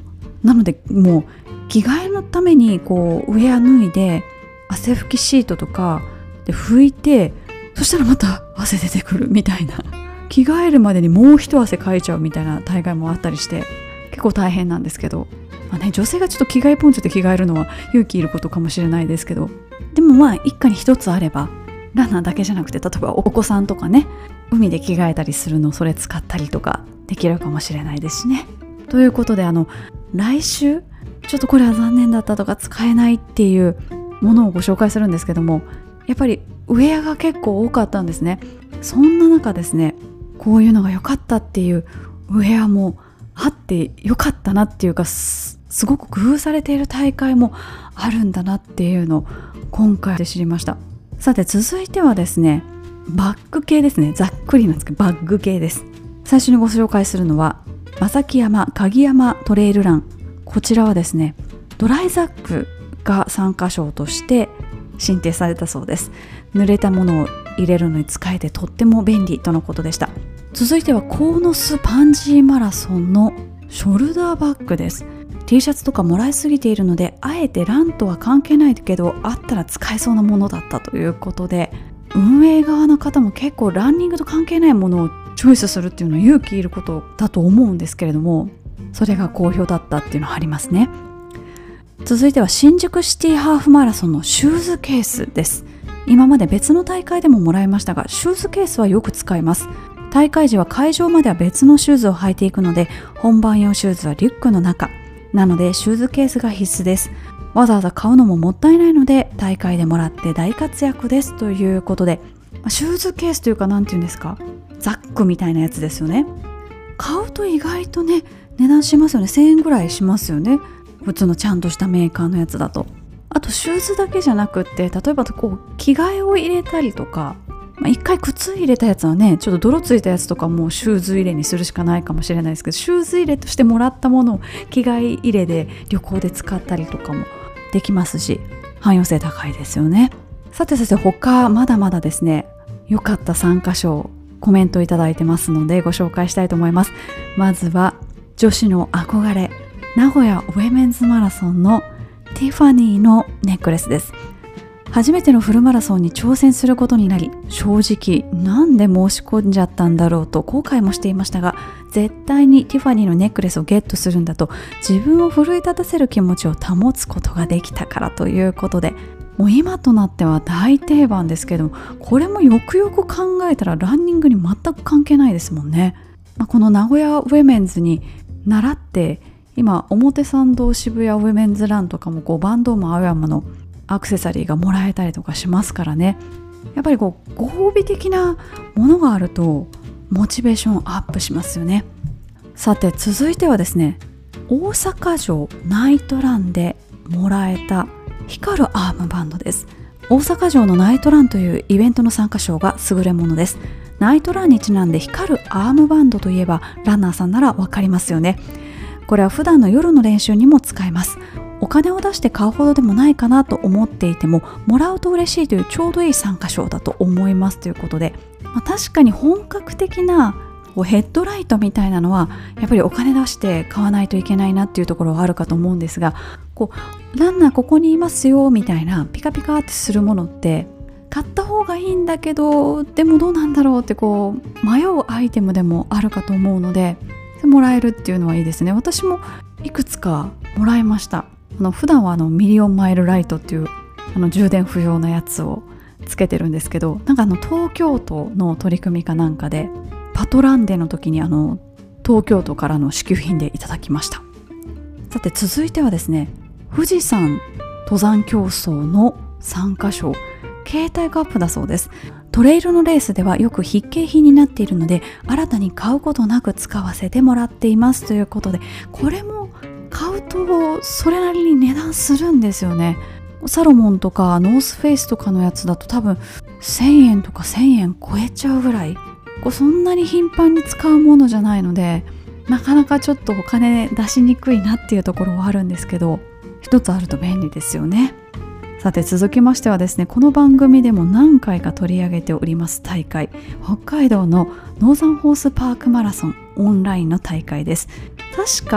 [SPEAKER 1] なのでもう着替えのためにこうウェア脱いで汗拭きシートとかで拭いて、そしたらまた汗出てくるみたいな、着替えるまでにもう一汗かいちゃうみたいな大会もあったりして、結構大変なんですけど、まあね、女性がちょっと着替えポンチョで着替えるのは勇気いることかもしれないですけど、でもまあ一家に一つあれば、ランナーだけじゃなくて、例えばお子さんとかね、海で着替えたりするのそれ使ったりとかできるかもしれないですしね。ということで、あの来週ちょっとこれは残念だったとか使えないっていうものをご紹介するんですけども、やっぱりウェアが結構多かったんですね。そんな中ですね、こういうのが良かったっていうウェアもあって良かったなっていうか、す, すごく工夫されている大会もあるんだなっていうのを今回で知りました。さて続いてはですね、バッグ系ですね。ざっくりなんですけどバッグ系です。最初にご紹介するのは正木山鍵山トレイルラン。こちらはですね、ドライザックが参加賞として申請されたそうです。濡れたものを入れるのに使えてとっても便利とのことでした。続いてはコーノスパンジーマラソンのショルダーバッグです。 T シャツとかもらいすぎているので、あえてランとは関係ないけどあったら使えそうなものだったということで、運営側の方も結構ランニングと関係ないものをチョイスするっていうのは勇気いることだと思うんですけれども、それが好評だったっていうのはありますね。続いては新宿シティハーフマラソンのシューズケースです。今まで別の大会でももらいましたが、シューズケースはよく使います。大会時は会場までは別のシューズを履いていくので、本番用シューズはリュックの中なのでシューズケースが必須です。わざわざ買うのももったいないので大会でもらって大活躍ですということで、シューズケースというかなんていうんですか、ザックみたいなやつですよね。買うと意外とね値段しますよね。せんえんぐらいしますよね、普通のちゃんとしたメーカーのやつだと。あとシューズだけじゃなくって、例えばこう着替えを入れたりとか、まあ、一回靴入れたやつはね、ちょっと泥ついたやつとかもうシューズ入れにするしかないかもしれないですけど、シューズ入れとしてもらったものを着替え入れで旅行で使ったりとかもできますし、汎用性高いですよね。さてさて他まだまだですね、良かった参加賞コメントいただいてますのでご紹介したいと思います。まずは女子の憧れ、名古屋ウェメンズマラソンのティファニーのネックレスです。初めてのフルマラソンに挑戦することになり、正直なんで申し込んじゃったんだろうと後悔もしていましたが、絶対にティファニーのネックレスをゲットするんだと自分を奮い立たせる気持ちを保つことができたからということで、もう今となっては大定番ですけども、これもよくよく考えたらランニングに全く関係ないですもんね。まあ、この名古屋ウェメンズに習って今表参道渋谷ウェメンズランとかもこうバンドーム青山のアクセサリーがもらえたりとかしますからね。やっぱりこうご褒美的なものがあるとモチベーションアップしますよね。さて続いてはですね、大阪城ナイトランでもらえた光るアームバンドです。大阪城のナイトランというイベントの参加賞が優れものです。ナイトランにちなんで光るアームバンドといえばランナーさんならわかりますよね。これは普段の夜の練習にも使えます。お金を出して買うほどでもないかなと思っていても、もらうと嬉しいというちょうどいい参加賞だと思いますということで、まあ、確かに本格的なこうヘッドライトみたいなのはやっぱりお金出して買わないといけないなっていうところはあるかと思うんですが、こうランナーここにいますよみたいなピカピカってするものって買った方がいいんだけど、でもどうなんだろうってこう迷うアイテムでもあるかと思うので、もらえるっていうのはいいですね。私もいくつかもらいました。あの普段はあのミリオンマイルライトっていうあの充電不要なやつをつけてるんですけど、なんかあの東京都の取り組みかなんかでパトランデの時にあの東京都からの支給品でいただきました。さて続いてはですね、富士山登山競争の参加賞、携帯カップだそうです。トレイルのレースではよく必携品になっているので、新たに買うことなく使わせてもらっていますということで、これも買うとそれなりに値段するんですよね。サロモンとかノースフェイスとかのやつだと多分せんえんとかせんえん超えちゃうぐらい、こうそんなに頻繁に使うものじゃないので、なかなかちょっとお金出しにくいなっていうところはあるんですけど、一つあると便利ですよね。さて続きましてはですね、この番組でも何回か取り上げております大会、北海道のノーザンホースパークマラソンオンラインの大会です。確か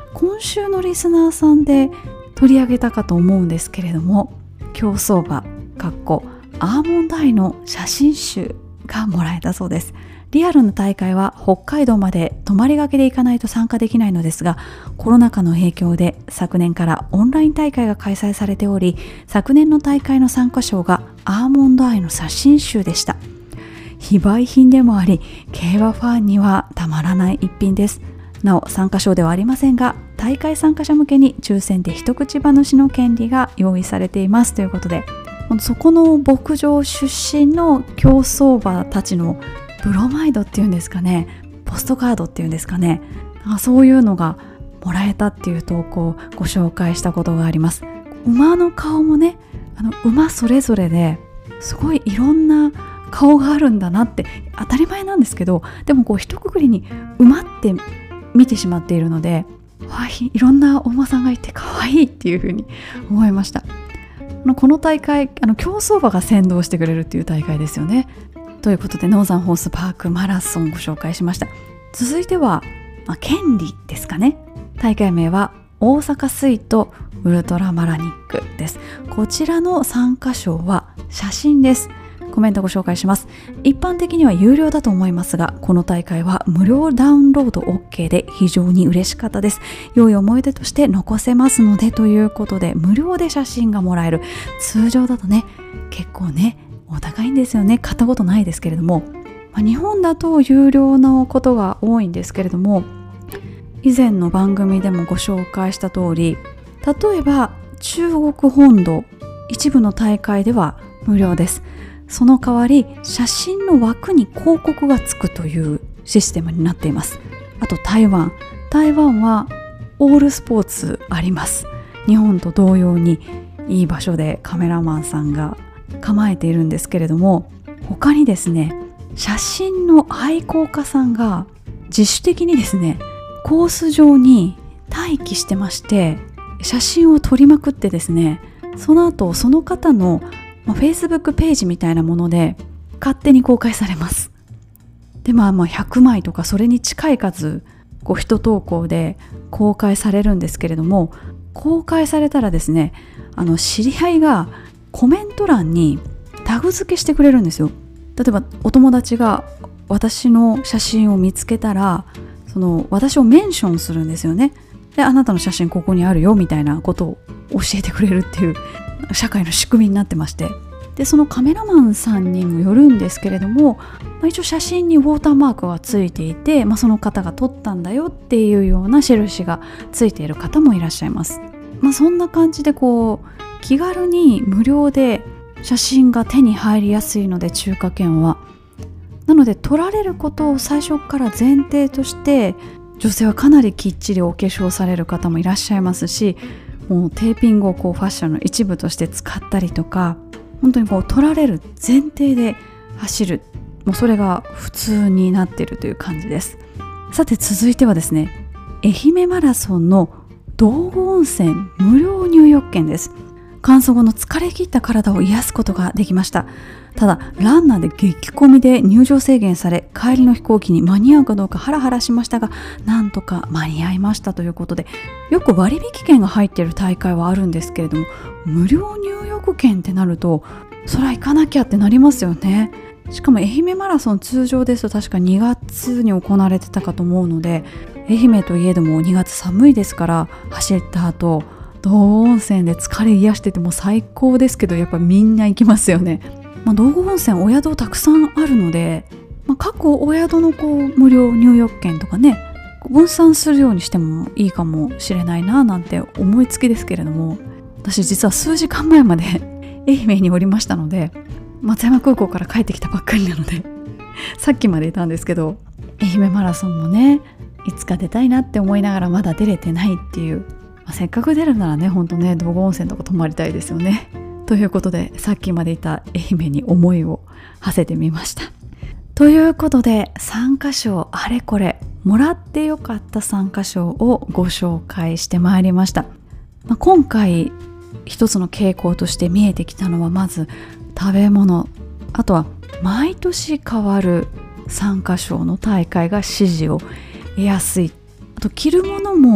[SPEAKER 1] 今週のリスナーさんで取り上げたかと思うんですけれども、競走馬かっこアーモンドアイの写真集がもらえたそうです。リアルな大会は北海道まで泊まりがけで行かないと参加できないのですが、コロナ禍の影響で昨年からオンライン大会が開催されており、昨年の大会の参加賞がアーモンドアイの写真集でした。非売品でもあり、競馬ファンにはたまらない一品です。なお参加賞ではありませんが、大会参加者向けに抽選で一口話の権利が用意されていますということで、そこの牧場出身の競走馬たちのブロマイドっていうんですかね、ポストカードっていうんですかね、そういうのがもらえたっていう投稿をご紹介したことがあります。馬の顔もね、あの馬それぞれですごいいろんな顔があるんだなって当たり前なんですけど、でもこう一括りに馬って見てしまっているので、いろんなお馬さんがいて可愛いっていうふうに思いました。この大会、あの競走馬が先導してくれるっていう大会ですよね。ということでノーザンホースパークマラソンをご紹介しました。続いては、まあ、権利ですかね。大会名は大阪スイートウルトラマラニックです。こちらの参加賞は写真です。コメントご紹介します。一般的には有料だと思いますが、この大会は無料ダウンロード OK で非常に嬉しかったです。良い思い出として残せますので、ということで無料で写真がもらえる。通常だとね、結構ねお高いんですよね。買ったことないですけれども、まあ、日本だと有料のことが多いんですけれども、以前の番組でもご紹介した通り、例えば中国本土一部の大会では無料です。その代わり写真の枠に広告がつくというシステムになっています。あと台湾台湾はオールスポーツあります。日本と同様にいい場所でカメラマンさんが構えているんですけれども、他にですね、写真の愛好家さんが自主的にですね、コース上に待機してまして、写真を撮りまくってですね、その後その方の、まあ、Facebook ページみたいなもので勝手に公開されます。で、まあ、まあひゃくまいとかそれに近い数こう一投稿で公開されるんですけれども、公開されたらですね、あの知り合いがコメント欄にタグ付けしてくれるんですよ。例えばお友達が私の写真を見つけたら、その私をメンションするんですよね。で、あなたの写真ここにあるよみたいなことを教えてくれるっていう社会の仕組みになってまして、でそのカメラマンさんにもよるんですけれども、まあ、一応写真にウォーターマークがついていて、まあ、その方が撮ったんだよっていうような印がついている方もいらっしゃいます。まあ、そんな感じでこう気軽に無料で写真が手に入りやすいので、中華圏はなので撮られることを最初から前提として、女性はかなりきっちりお化粧される方もいらっしゃいますし、もうテーピングをこうファッションの一部として使ったりとか、本当にこう撮られる前提で走る、もうそれが普通になっているという感じです。さて続いてはですね、愛媛マラソンの道後温泉無料入浴券です。完走後の疲れ切った体を癒すことができました。ただランナーで激混みで入場制限され、帰りの飛行機に間に合うかどうかハラハラしましたが、なんとか間に合いましたということで、よく割引券が入っている大会はあるんですけれども、無料入浴券ってなるとそりゃ行かなきゃってなりますよね。しかも愛媛マラソン通常ですと確かにがつに行われてたかと思うので、愛媛といえどもにがつ寒いですから、走った後道後温泉で疲れ癒してても最高ですけど、やっぱみんな行きますよね。まあ、道後温泉お宿たくさんあるので、まあ、各お宿のこう無料入浴券とかね、分散するようにしてもいいかもしれないななんて思いつきですけれども、私実は数時間前まで愛媛におりましたので、松山空港から帰ってきたばっかりなのでさっきまでいたんですけど、愛媛マラソンもね、いつか出たいなって思いながらまだ出れてないっていう、まあ、せっかく出るならね、ほんとね、道後温泉とか泊まりたいですよね。ということで、さっきまでいた愛媛に思いを馳せてみました。ということで、参加賞あれこれもらってよかった参加賞をご紹介してまいりました。まあ、今回一つの傾向として見えてきたのは、まず食べ物、あとは毎年変わる参加賞の大会が支持を得やすい、あと着るものも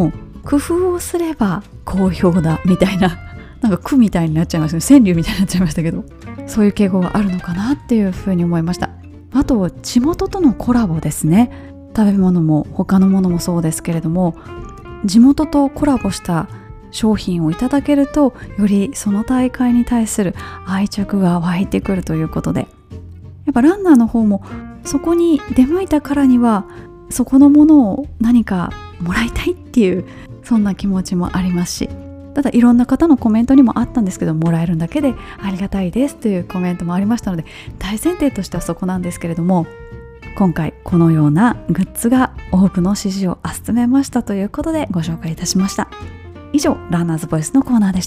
[SPEAKER 1] 工夫をすれば好評だみたいな、なんか句みたいになっちゃいましたね。川柳みたいになっちゃいましたけど、そういう傾向があるのかなっていうふうに思いました。あと地元とのコラボですね。食べ物も他のものもそうですけれども、地元とコラボした商品をいただけると、よりその大会に対する愛着が湧いてくるということで、やっぱランナーの方もそこに出向いたからにはそこのものを何かもらいたいっていう、そんな気持ちもありますし、ただいろんな方のコメントにもあったんですけど、もらえるだけでありがたいですというコメントもありましたので、大前提としてはそこなんですけれども、今回このようなグッズが多くの支持を集めましたということでご紹介いたしました。以上、ランナーズボイスのコーナーでした。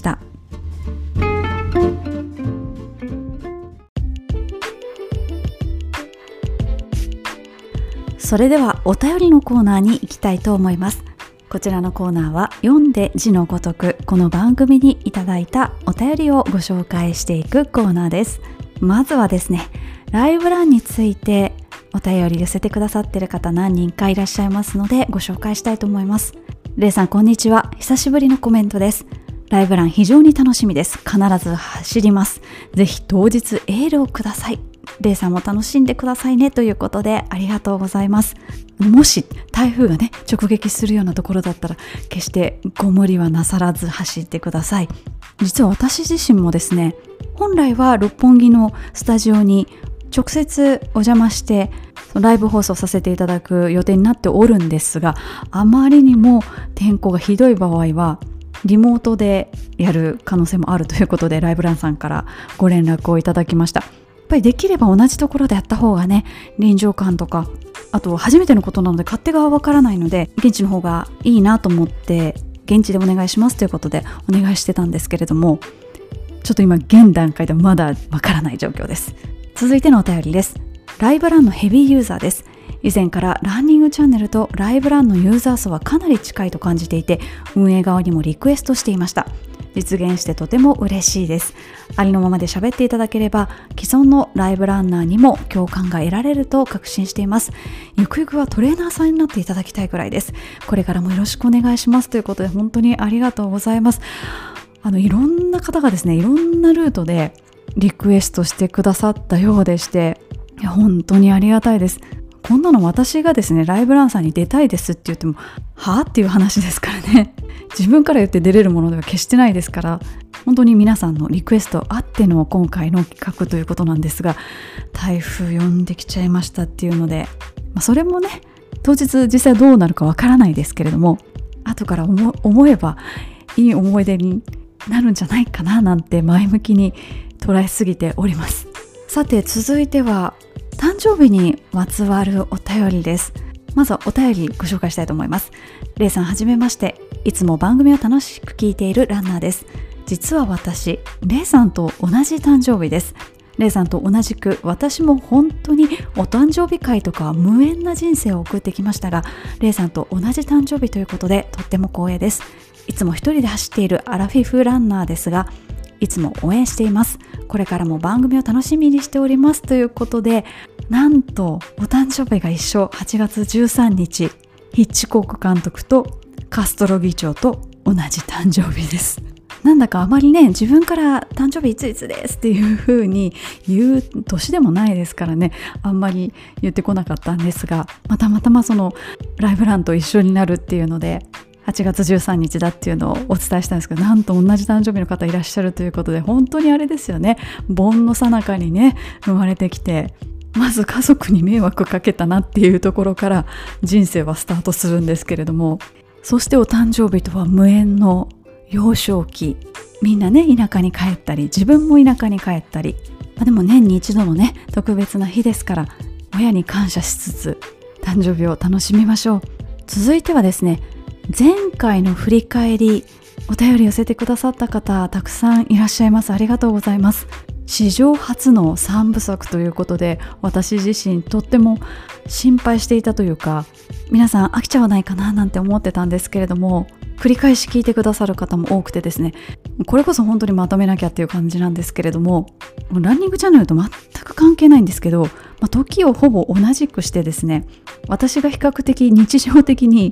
[SPEAKER 1] それではお便りのコーナーに行きたいと思います。こちらのコーナーは読んで字のごとく、この番組にいただいたお便りをご紹介していくコーナーです。まずはですね、ライブランについてお便り寄せてくださっている方何人かいらっしゃいますのでご紹介したいと思います。レイさん、こんにちは。久しぶりのコメントです。ライブラン非常に楽しみです。必ず走ります。ぜひ当日エールをください。レイさんも楽しんでくださいねということで、ありがとうございます。もし台風がね直撃するようなところだったら、決してご無理はなさらず走ってください。実は私自身もですね、本来は六本木のスタジオに直接お邪魔してライブ放送させていただく予定になっておるんですが、あまりにも天候がひどい場合はリモートでやる可能性もあるということで、ライブランさんからご連絡をいただきました。やっぱりできれば同じところでやった方がね、臨場感とか、あと初めてのことなので勝手がわからないので、現地の方がいいなと思って現地でお願いしますということでお願いしてたんですけれども、ちょっと今現段階ではまだわからない状況です。続いてのお便りです。ライブランのヘビーユーザーです。以前からランニングチャンネルとライブランのユーザー層はかなり近いと感じていて、運営側にもリクエストしていました。実現してとても嬉しいです。ありのままで喋っていただければ、既存のライブランナーにも共感が得られると確信しています。ゆくゆくはトレーナーさんになっていただきたいくらいです。これからもよろしくお願いしますということで、本当にありがとうございます。あのいろんな方がですね、いろんなルートでリクエストしてくださったようでして、いや本当にありがたいです。こんなの私がですね、ライブランさんに出たいですって言ってもはぁっていう話ですからね。自分から言って出れるものでは決してないですから、本当に皆さんのリクエストあっての今回の企画ということなんですが、台風呼んできちゃいましたっていうので、まあ、それもね当日実際どうなるかわからないですけれども、後から 思, 思えばいい思い出になるんじゃないかななんて前向きに捉えすぎております。さて続いては誕生日にまつわるお便りです。まずはお便りご紹介したいと思います。レイさん、はじめまして。いつも番組を楽しく聞いているランナーです。実は私、レイさんと同じ誕生日です。レイさんと同じく私も本当にお誕生日会とか無縁な人生を送ってきましたが、レイさんと同じ誕生日ということでとっても光栄です。いつも一人で走っているアラフィフランナーですが、いつも応援しています。これからも番組を楽しみにしておりますということで、なんとお誕生日が一緒、はちがつじゅうさんにち、ヒッチコック監督とカストロ議長と同じ誕生日です。なんだかあまりね、自分から誕生日いついつですっていう風に言う年でもないですからね、あんまり言ってこなかったんですが、またまたまそのライブランと一緒になるっていうので、はちがつじゅうさんにちだっていうのをお伝えしたんですけど、なんと同じ誕生日の方いらっしゃるということで、本当にあれですよね、盆の最中にね生まれてきて、まず家族に迷惑かけたなっていうところから人生はスタートするんですけれども、そしてお誕生日とは無縁の幼少期、みんなね田舎に帰ったり、自分も田舎に帰ったり、まあ、でも年に一度のね特別な日ですから、親に感謝しつつ誕生日を楽しみましょう。続いてはですね、前回の振り返り、お便り寄せてくださった方たくさんいらっしゃいます。ありがとうございます。史上初のさんぶさくということで、私自身とっても心配していたというか、皆さん飽きちゃわないかななんて思ってたんですけれども、繰り返し聞いてくださる方も多くてですね、これこそ本当にまとめなきゃっていう感じなんですけれども、ランニングチャンネルと全く関係ないんですけど、まあ、時をほぼ同じくしてですね、私が比較的日常的に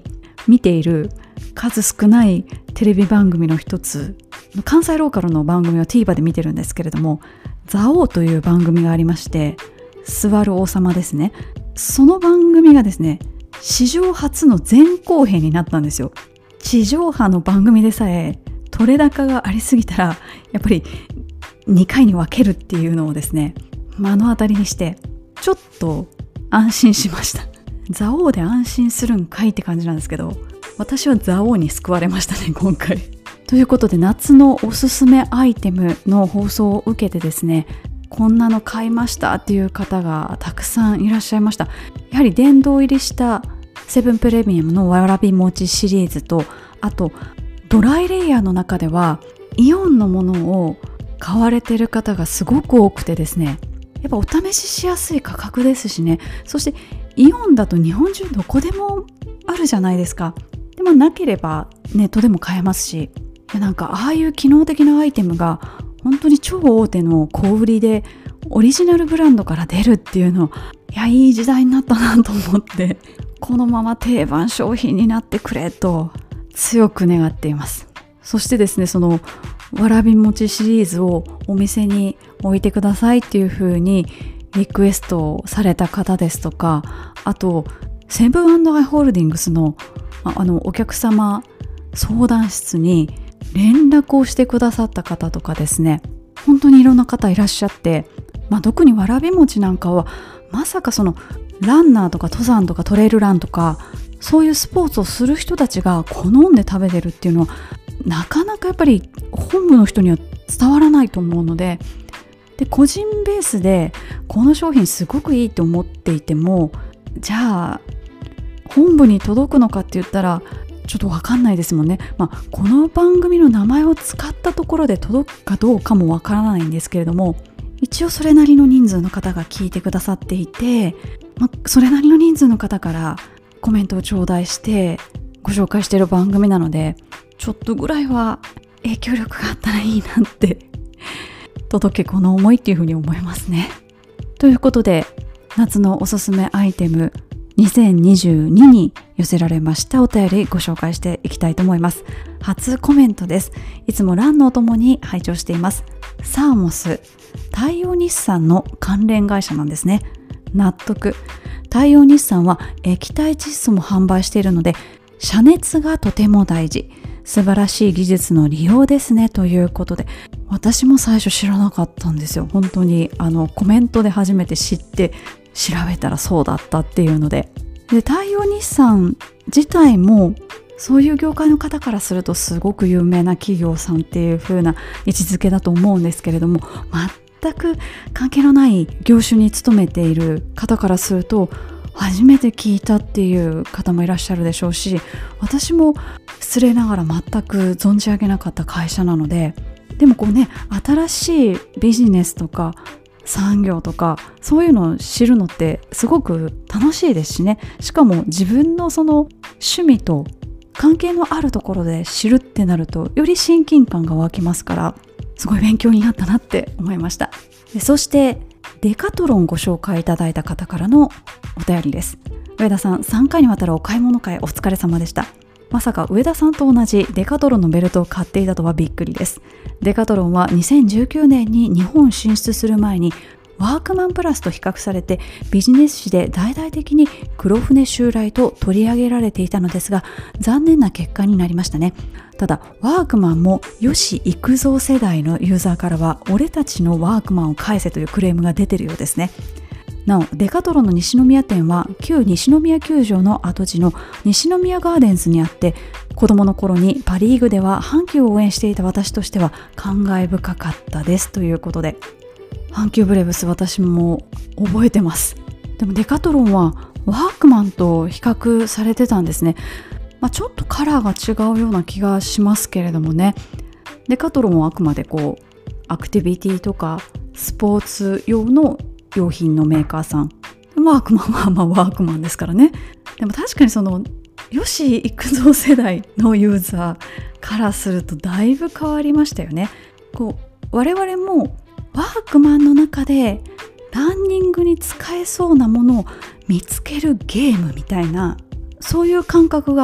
[SPEAKER 1] 見ている数少ないテレビ番組の一つ、関西ローカルの番組を TVer で見てるんですけれども、座王という番組がありまして、座る王様ですね。その番組がですね、史上初の前後編になったんですよ。地上波の番組でさえ取れ高がありすぎたらやっぱりにかいに分けるっていうのをですね、目の当たりにしてちょっと安心しました。座王で安心するんかいって感じなんですけど、私は座王に救われましたね今回。ということで、夏のおすすめアイテムの放送を受けてですね、こんなの買いましたっていう方がたくさんいらっしゃいました。やはり殿堂入りしたセブンプレミアムのわらび餅シリーズと、あとドライレイヤーの中ではイオンのものを買われてる方がすごく多くてですね、やっぱお試ししやすい価格ですしね。そしてイオンだと日本中どこでもあるじゃないですか。でもなければネットでも買えますし、なんかああいう機能的なアイテムが本当に超大手の小売りでオリジナルブランドから出るっていうの、いやいい時代になったなと思って、このまま定番商品になってくれと強く願っています。そしてですね、そのわらび餅シリーズをお店に置いてくださいっていう風にリクエストをされた方ですとか、あとセブン&アイ・ホールディングスのあのお客様相談室に連絡をしてくださった方とかですね、本当にいろんな方いらっしゃって、まあ、特にわらび餅なんかはまさかそのランナーとか登山とかトレイルランとかそういうスポーツをする人たちが好んで食べてるっていうのはなかなかやっぱり本部の人には伝わらないと思うので、で個人ベースでこの商品すごくいいと思っていても、じゃあ本部に届くのかって言ったらちょっと分かんないですもんね。まあ、この番組の名前を使ったところで届くかどうかも分からないんですけれども、一応それなりの人数の方が聞いてくださっていて、まあ、それなりの人数の方からコメントを頂戴してご紹介している番組なので、ちょっとぐらいは影響力があったらいいなって届け子の思いっていうふうに思いますね。ということで、夏のおすすめアイテムにせんにじゅうにに寄せられましたお便りご紹介していきたいと思います。初コメントです。いつもランのお供に拝聴しています。サーモス、太陽日産の関連会社なんですね。納得。太陽日産は液体窒素も販売しているので、遮熱がとても大事。素晴らしい技術の利用ですね、ということで、私も最初知らなかったんですよ。本当にあのコメントで初めて知って調べたらそうだったっていうので、で太陽日産自体もそういう業界の方からするとすごく有名な企業さんっていう風な位置づけだと思うんですけれども、全く関係のない業種に勤めている方からすると初めて聞いたっていう方もいらっしゃるでしょうし、私も失礼ながら全く存じ上げなかった会社なので、でもこうね、新しいビジネスとか産業とかそういうのを知るのってすごく楽しいですしね。しかも自分のその趣味と関係のあるところで知るってなるとより親近感が湧きますから、すごい勉強になったなって思いました。でそしてデカトロンご紹介いただいた方からのお便りです。上田さん、さんかいにわたるお買い物会お疲れ様でした。まさか上田さんと同じデカトロンのベルトを買っていたとはびっくりです。デカトロンはにせんじゅうきゅうねんに日本進出する前にワークマンプラスと比較されてビジネス誌で大々的に黒船襲来と取り上げられていたのですが、残念な結果になりましたね。ただワークマンも吉幾三世代のユーザーからは俺たちのワークマンを返せというクレームが出ているようですね。なおデカトロンの西宮店は旧西宮球場の跡地の西宮ガーデンズにあって、子供の頃にパリーグでは阪急を応援していた私としては感慨深かったですということで、阪急ブレーブス私も覚えてます。でもデカトロンはワークマンと比較されてたんですね。まあ、ちょっとカラーが違うような気がしますけれどもね。デカトロンはあくまでこうアクティビティとかスポーツ用の用品のメーカーさん、ワークマンはまあワークマンですからね。でも確かにその吉幾三世代のユーザーからするとだいぶ変わりましたよね。こう我々もワークマンの中でランニングに使えそうなものを見つけるゲームみたいな、そういう感覚が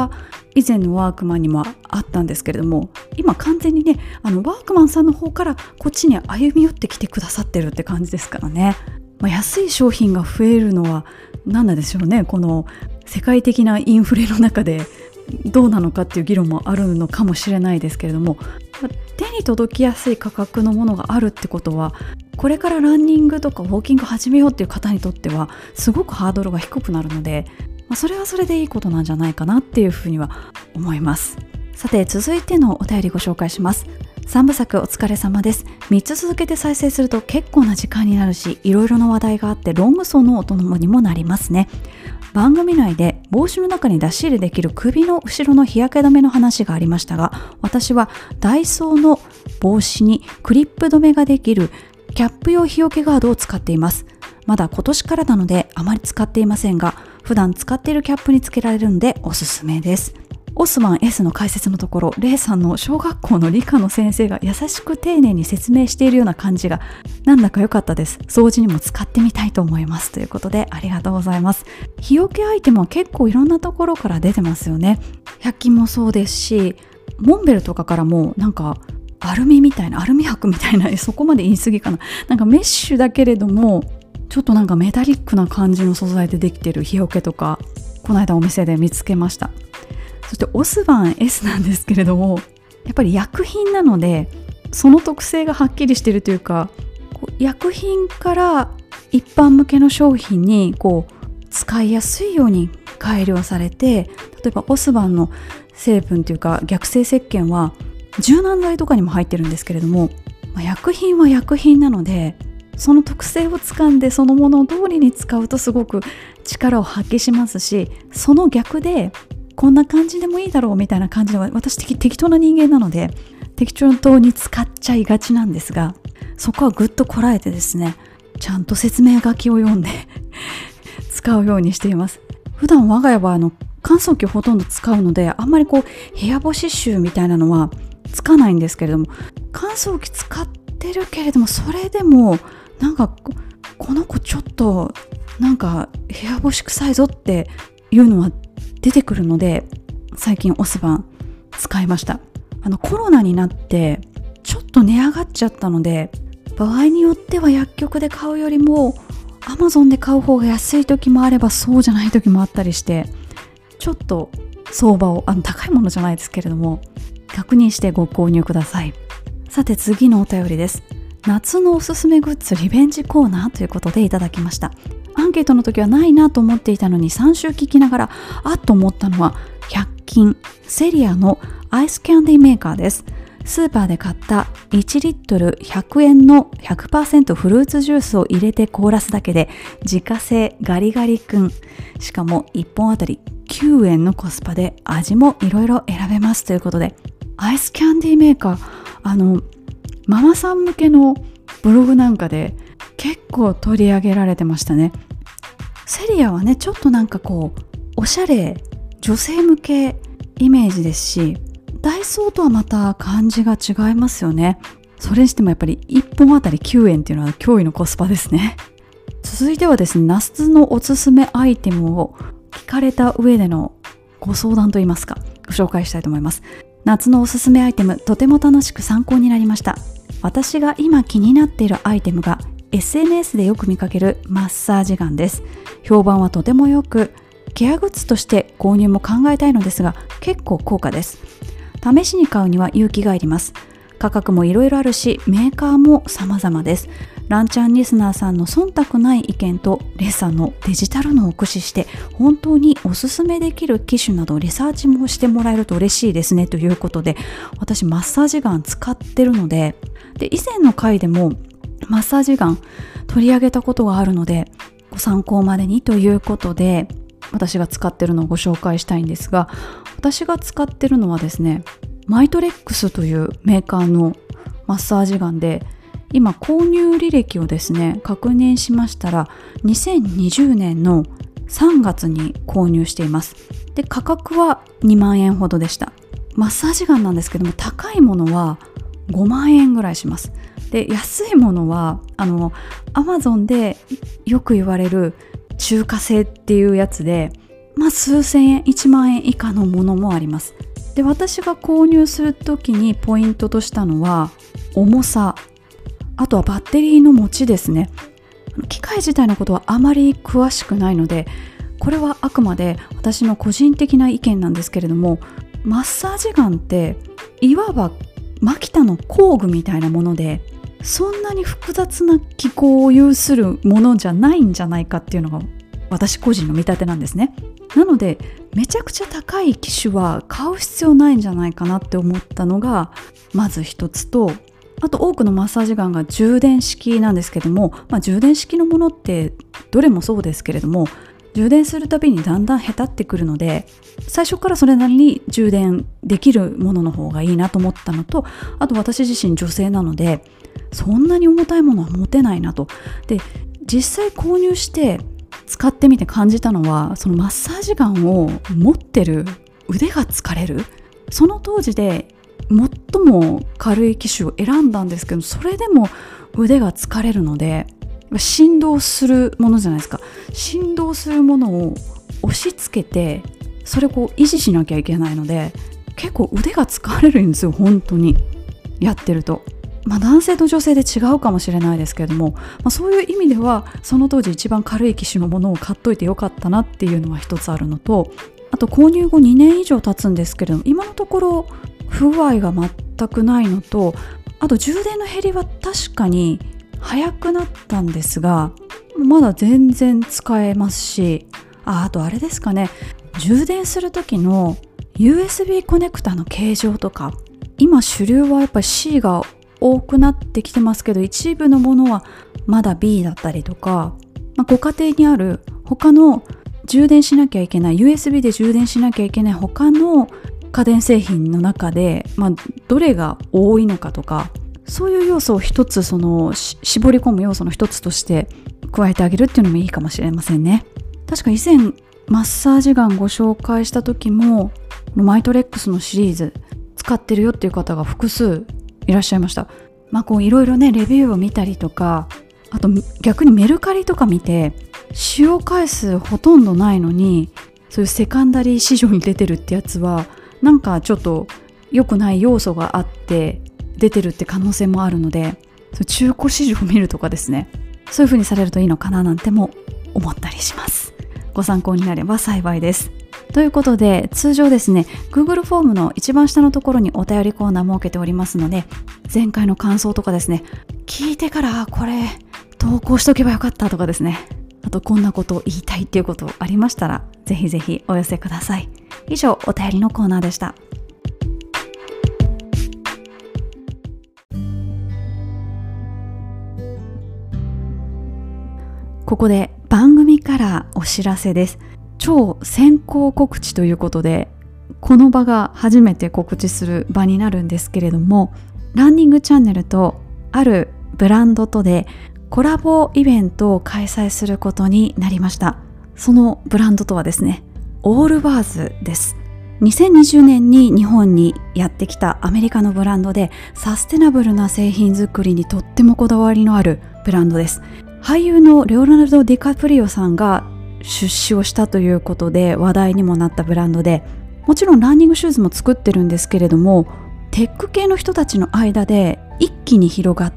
[SPEAKER 1] 以前のワークマンにもあったんですけれども、今完全にねあのワークマンさんの方からこっちに歩み寄ってきてくださってるって感じですからね。まあ、安い商品が増えるのは何なんでしょうね。この世界的なインフレの中でどうなのかっていう議論もあるのかもしれないですけれども、手に届きやすい価格のものがあるってことは、これからランニングとかウォーキング始めようっていう方にとってはすごくハードルが低くなるので、まあ、それはそれでいいことなんじゃないかなっていうふうには思います。さて続いてのお便りご紹介します。さんぶ作お疲れ様です。みっつ続けて再生すると結構な時間になるし、いろいろな話題があってロング層のお供にもなりますね。番組内で帽子の中に出し入れできる首の後ろの日焼け止めの話がありましたが、私はダイソーの帽子にクリップ止めができるキャップ用日よけガードを使っています。まだ今年からなのであまり使っていませんが、普段使っているキャップにつけられるのでおすすめです。オスマン エス の解説のところ、レイさんの小学校の理科の先生が優しく丁寧に説明しているような感じがなんだか良かったです。掃除にも使ってみたいと思います。ということでありがとうございます。日よけアイテムは結構いろんなところから出てますよね。ひゃく均もそうですし、モンベルとかからもなんかアルミみたいなアルミ箔みたいな、そこまで言い過ぎかな、なんかメッシュだけれどもちょっとなんかメタリックな感じの素材でできてる日よけとか、この間お店で見つけました。そしてオスバン エス なんですけれども、やっぱり薬品なのでその特性がはっきりしているというか、こう薬品から一般向けの商品にこう使いやすいように改良されて、例えばオスバンの成分というか逆性石鹸は柔軟剤とかにも入ってるんですけれども、まあ、薬品は薬品なのでその特性をつかんでそのものを通りに使うとすごく力を発揮しますし、その逆でこんな感じでもいいだろうみたいな感じで、私的適当な人間なので適当に使っちゃいがちなんですが、そこはぐっとこらえてですね、ちゃんと説明書きを読んで使うようにしています。普段我が家はあの乾燥機をほとんど使うので、あんまりこう部屋干し臭みたいなのはつかないんですけれども、乾燥機使ってるけれどもそれでもなんかこの子ちょっとなんか部屋干し臭いぞっていうのは出てくるので、最近オスバン使いました。あのコロナになってちょっと値上がっちゃったので、場合によっては薬局で買うよりもアマゾンで買う方が安い時もあればそうじゃない時もあったりして、ちょっと相場をあの高いものじゃないですけれども確認してご購入ください。さて次のお便りです。夏のおすすめグッズリベンジコーナーということでいただきました。アンケートの時はないなと思っていたのにさん週聞きながらあっと思ったのはひゃく均セリアのアイスキャンディーメーカーです。スーパーで買ったいちリットルひゃくえんの ひゃくパーセント フルーツジュースを入れて凍らすだけで自家製ガリガリ君、しかもいっぽんあたりきゅうえんのコスパで味もいろいろ選べますということで、アイスキャンディーメーカー、あのママさん向けのブログなんかで結構取り上げられてましたね。セリアはねちょっとなんかこうおしゃれ女性向けイメージですし、ダイソーとはまた感じが違いますよね。それにしてもやっぱりいっぽんあたりきゅうえんっていうのは驚異のコスパですね。続いてはですね、夏のおすすめアイテムを聞かれた上でのご相談といいますか、ご紹介したいと思います。夏のおすすめアイテム、とても楽しく参考になりました。私が今気になっているアイテムが エスエヌエス でよく見かけるマッサージガンです。評判はとてもよく、ケアグッズとして購入も考えたいのですが結構高価です。試しに買うには勇気がいります。価格もいろいろあるしメーカーも様々です。ランちゃんリスナーさんの忖度ない意見とレイさんのデジタル脳を駆使して本当におすすめできる機種などリサーチもしてもらえると嬉しいですねということで、私マッサージガン使ってるので、で以前の回でもマッサージガン取り上げたことがあるのでご参考までにということで私が使ってるのをご紹介したいんですが、私が使ってるのはですね、マイトレックスというメーカーのマッサージガンで、今購入履歴をですね確認しましたらにせんにじゅうねんのさんがつに購入しています。で価格はにまんえんほどでした。マッサージガンなんですけども高いものはごまんえんぐらいします。で安いものはあの Amazon でよく言われる中華製っていうやつで、 まあ数千円、いちまんえん以下のものもあります。で、私が購入するときにポイントとしたのは重さ、あとはバッテリーの持ちですね。機械自体のことはあまり詳しくないので、これはあくまで私の個人的な意見なんですけれども、マッサージガンっていわばマキタの工具みたいなもので、そんなに複雑な機構を有するものじゃないんじゃないかっていうのが私個人の見立てなんですね。なのでめちゃくちゃ高い機種は買う必要ないんじゃないかなって思ったのがまず一つと、あと多くのマッサージガンが充電式なんですけども、まあ、充電式のものってどれもそうですけれども、充電するたびにだんだんへたってくるので、最初からそれなりに充電できるものの方がいいなと思ったのと、あと私自身女性なのでそんなに重たいものは持てないなと。で、実際購入して使ってみて感じたのは、そのマッサージガンを持ってる腕が疲れる。その当時で最も軽い機種を選んだんですけど、それでも腕が疲れるので、振動するものじゃないですか。振動するものを押し付けてそれをこう維持しなきゃいけないので、結構腕が疲れるんですよ、本当にやってると。まあ男性と女性で違うかもしれないですけれども、まあ、そういう意味ではその当時一番軽い機種のものを買っといてよかったなっていうのは一つあるのと、あと購入後にねん以上経つんですけれども、今のところ不具合が全くないのと、あと充電の減りは確かに早くなったんですが、まだ全然使えますし、あ、あとあれですかね、充電する時の ユーエスビー コネクタの形状とか、今主流はやっぱり C が多くなってきてますけど、一部のものはまだ ビー だったりとか、まあ、ご家庭にある他の充電しなきゃいけない ユーエスビー で充電しなきゃいけない他の家電製品の中で、まあ、どれが多いのかとか、そういう要素を一つ、その絞り込む要素の一つとして加えてあげるっていうのもいいかもしれませんね。確か以前マッサージガンご紹介した時もマイトレックスのシリーズ使ってるよっていう方が複数いらっしゃいました。まあこういろいろねレビューを見たりとか、あと逆にメルカリとか見て使用回数ほとんどないのにそういうセカンダリー市場に出てるってやつはなんかちょっと良くない要素があって出てるって可能性もあるので、中古市場を見るとかですね、そういう風にされるといいのかななんても思ったりします。ご参考になれば幸いです。ということで、通常ですね Google フォームの一番下のところにお便りコーナー設けておりますので、前回の感想とかですね、聞いてからこれ投稿しとけばよかったとかですね、あとこんなことを言いたいっていうことありましたらぜひぜひお寄せください。以上、お便りのコーナーでした。ここで番組からお知らせです。超先行告知ということで、この場が初めて告知する場になるんですけれども、ランニングチャンネルとあるブランドとでコラボイベントを開催することになりました。そのブランドとはですね、オールバーズです。にせんにじゅうねんに日本にやってきたアメリカのブランドで、サステナブルな製品作りにとってもこだわりのあるブランドです。俳優のレオナルド・ディカプリオさんが出資をしたということで話題にもなったブランドで、もちろんランニングシューズも作ってるんですけれども、テック系の人たちの間で一気に広がって、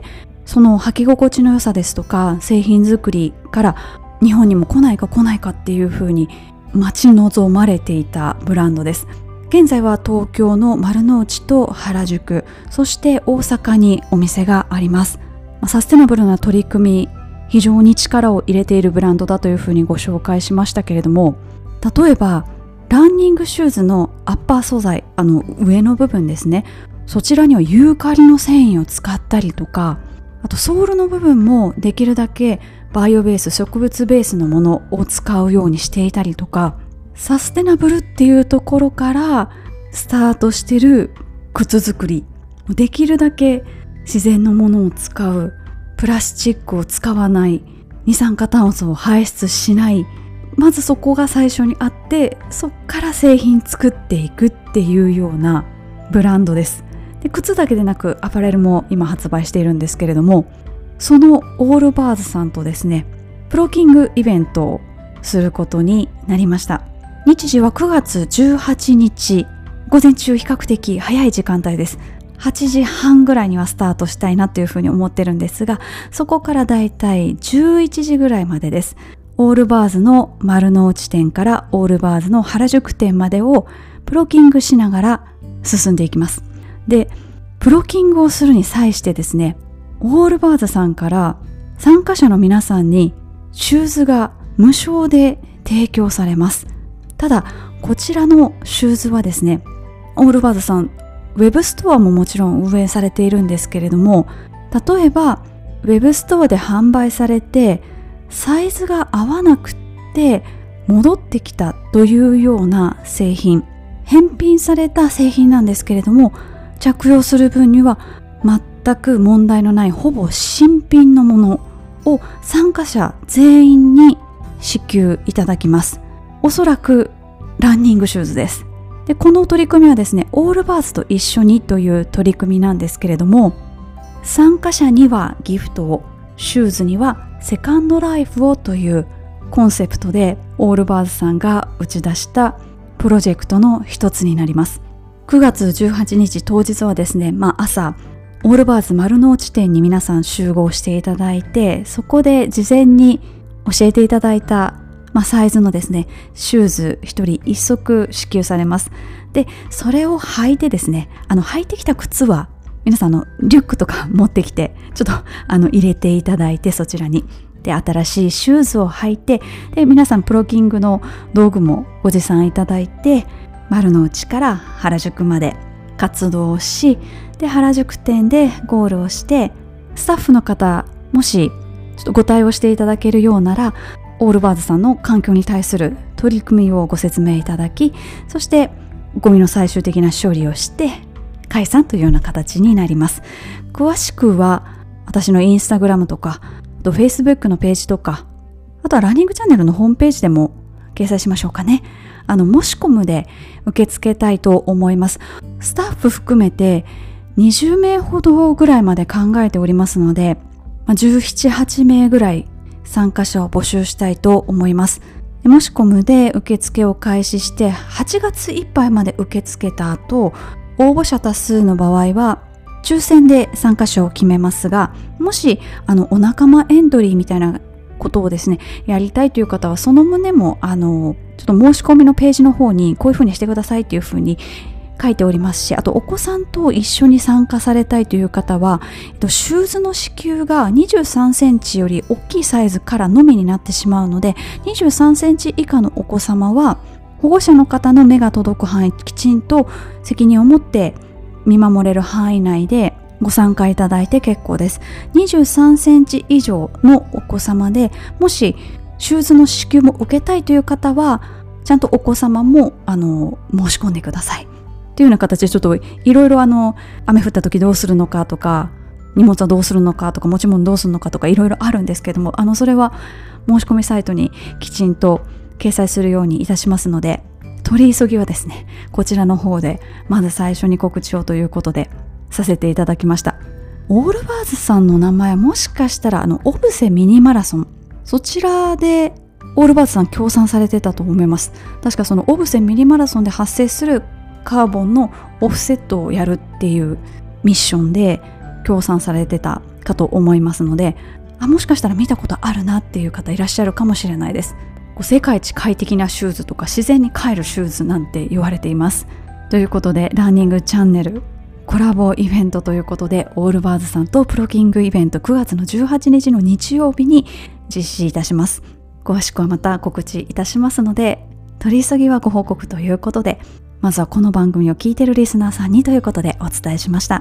[SPEAKER 1] その履き心地の良さですとか製品作りから日本にも来ないか来ないかっていう風に待ち望まれていたブランドです。現在は東京の丸の内と原宿、そして大阪にお店があります。サステナブルな取り組み、非常に力を入れているブランドだというふうにご紹介しましたけれども、例えばランニングシューズのアッパー素材、あの上の部分ですね、そちらにはユーカリの繊維を使ったりとか、あとソールの部分もできるだけバイオベース、植物ベースのものを使うようにしていたりとか、サステナブルっていうところからスタートしてる靴作り、できるだけ自然のものを使う、プラスチックを使わない、二酸化炭素を排出しない、まずそこが最初にあって、そっから製品作っていくっていうようなブランドです。で、靴だけでなくアパレルも今発売しているんですけれども、そのオールバーズさんとですね、プロキングイベントをすることになりました。日時はくがつじゅうはちにち午前中、比較的早い時間帯です。はちじはんぐらいにはスタートしたいなというふうに思ってるんですが、そこからだいたいじゅういちじぐらいまでです。オールバーズの丸の内店からオールバーズの原宿店までをプロキングしながら進んでいきます。で、プロキングをするに際してですね、オールバーズさんから参加者の皆さんにシューズが無償で提供されます。ただこちらのシューズはですね、オールバーズさんウェブストアももちろん運営されているんですけれども、例えばウェブストアで販売されてサイズが合わなくって戻ってきたというような製品、返品された製品なんですけれども、着用する分には全く問題のないほぼ新品のものを参加者全員に支給いただきます。おそらくランニングシューズです。で、この取り組みはですね、オールバーズと一緒にという取り組みなんですけれども、参加者にはギフトを、シューズにはセカンドライフをというコンセプトでオールバーズさんが打ち出したプロジェクトの一つになります。くがつじゅうはちにち当日はですね、まあ朝オールバーズ丸の内店に皆さん集合していただいて、そこで事前に教えていただいた、まあ、サイズのですねシューズ一人一足支給されます。で、それを履いてですね、あの履いてきた靴は皆さんのリュックとか持ってきてちょっとあの入れていただいて、そちらにで新しいシューズを履いて、で皆さんプロキングの道具もご持参いただいて、丸の内から原宿まで活動をし、で原宿店でゴールをして、スタッフの方もしちょっとご対応していただけるようなら、オールバーズさんの環境に対する取り組みをご説明いただき、そしてゴミの最終的な処理をして解散というような形になります。詳しくは私のインスタグラムとか、あとフェイスブックのページとか、あとはランニングチャンネルのホームページでも掲載しましょうかね。あの申し込むで受け付けたいと思います。スタッフ含めてにじゅうめいほどぐらいまで考えておりますので、じゅうなな、はちめいぐらい参加者を募集したいと思います。申し込むで受付を開始してはちがついっぱいまで受け付けた後、応募者多数の場合は抽選で参加者を決めますが、もしあのお仲間エントリーみたいなことをですねやりたいという方は、その旨もあのちょっと申し込みのページの方にこういうふうにしてくださいというふうに書いておりますし、あとお子さんと一緒に参加されたいという方は、えっと、シューズの支給がにじゅうさんセンチより大きいサイズからのみになってしまうので、にじゅうさんセンチ以下のお子様は保護者の方の目が届く範囲、きちんと責任を持って見守れる範囲内でご参加いただいて結構です。にじゅうさんセンチ以上のお子様で、もしシューズの支給も受けたいという方は、ちゃんとお子様もあの申し込んでくださいというような形で、ちょっといろいろあの雨降った時どうするのかとか、荷物はどうするのかとか、持ち物どうするのかとか、いろいろあるんですけども、あのそれは申し込みサイトにきちんと掲載するようにいたしますので、取り急ぎはですねこちらの方でまず最初に告知をということでさせていただきました。オールバーズさんの名前はもしかしたらあのオブセミニマラソン、そちらでオールバーズさん協賛されてたと思います。確かそのオブセミニマラソンで発生するカーボンのオフセットをやるっていうミッションで協賛されてたかと思いますので、あ、もしかしたら見たことあるなっていう方いらっしゃるかもしれないです。世界一快適なシューズとか自然に帰るシューズなんて言われています。ということでランニングチャンネルコラボイベントということで、オールバーズさんとプロキングイベントくがつのじゅうはちにちの日曜日に実施いたします。詳しくはまた告知いたしますので、取り急ぎはご報告ということで、まずはこの番組を聞いているリスナーさんにということでお伝えしました。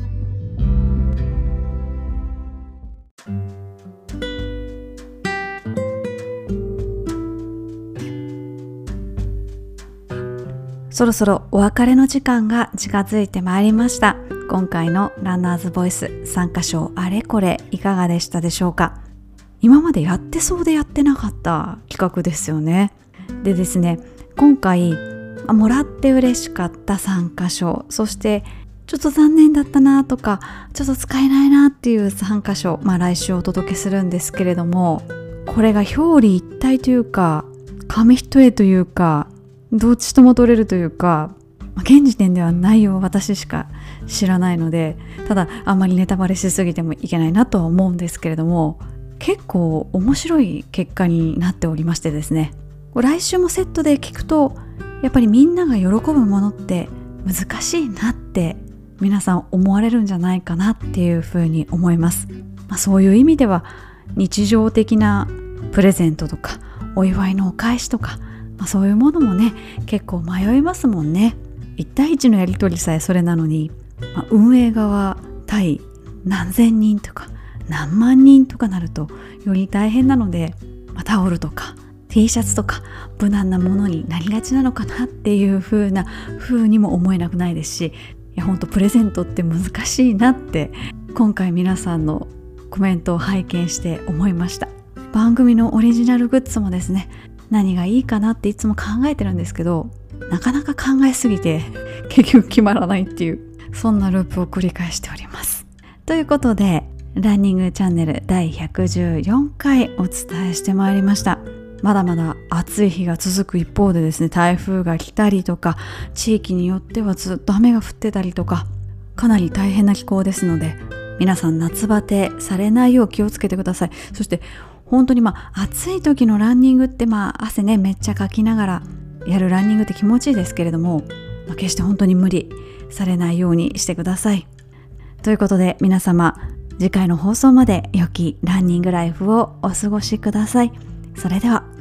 [SPEAKER 1] そろそろお別れの時間が近づいてまいりました。今回のランナーズボイス参加賞あれこれいかがでしたでしょうか。今までやってそうでやってなかった企画ですよね。でですね、今回もらって嬉しかった参加賞、そしてちょっと残念だったなとか、ちょっと使えないなっていう参加賞、まあ来週お届けするんですけれども、ここれが表裏一体というか紙一重というかどっちとも取れるというか、現時点では内容を私しか知らないので、ただあんまりネタバレしすぎてもいけないなとは思うんですけれども、結構面白い結果になっておりましてですね、来週もセットで聞くとやっぱりみんなが喜ぶものって難しいなって皆さん思われるんじゃないかなっていうふうに思います。まあ、そういう意味では日常的なプレゼントとかお祝いのお返しとか、まあ、そういうものもね結構迷いますもんね。いち対いちのやり取りさえそれなのに、まあ、運営側対何千人とか何万人とかなるとより大変なので、まあ、タオルとか T シャツとか無難なものになりがちなのかなっていう風な風にも思えなくないですし、いや本当プレゼントって難しいなって今回皆さんのコメントを拝見して思いました。番組のオリジナルグッズもですね、何がいいかなっていつも考えてるんですけど、なかなか考えすぎて結局決まらないっていう、そんなループを繰り返しております。ということでランニングチャンネルだいひゃくじゅうよんかいお伝えしてまいりました。まだまだ暑い日が続く一方でですね、台風が来たりとか地域によってはずっと雨が降ってたりとか、かなり大変な気候ですので、皆さん夏バテされないよう気をつけてください。そして本当にまあ暑い時のランニングってまあ汗ねめっちゃかきながらやるランニングって気持ちいいですけれども、まあ、決して本当に無理されないようにしてください。ということで皆様、次回の放送まで良きランニングライフをお過ごしください。それでは。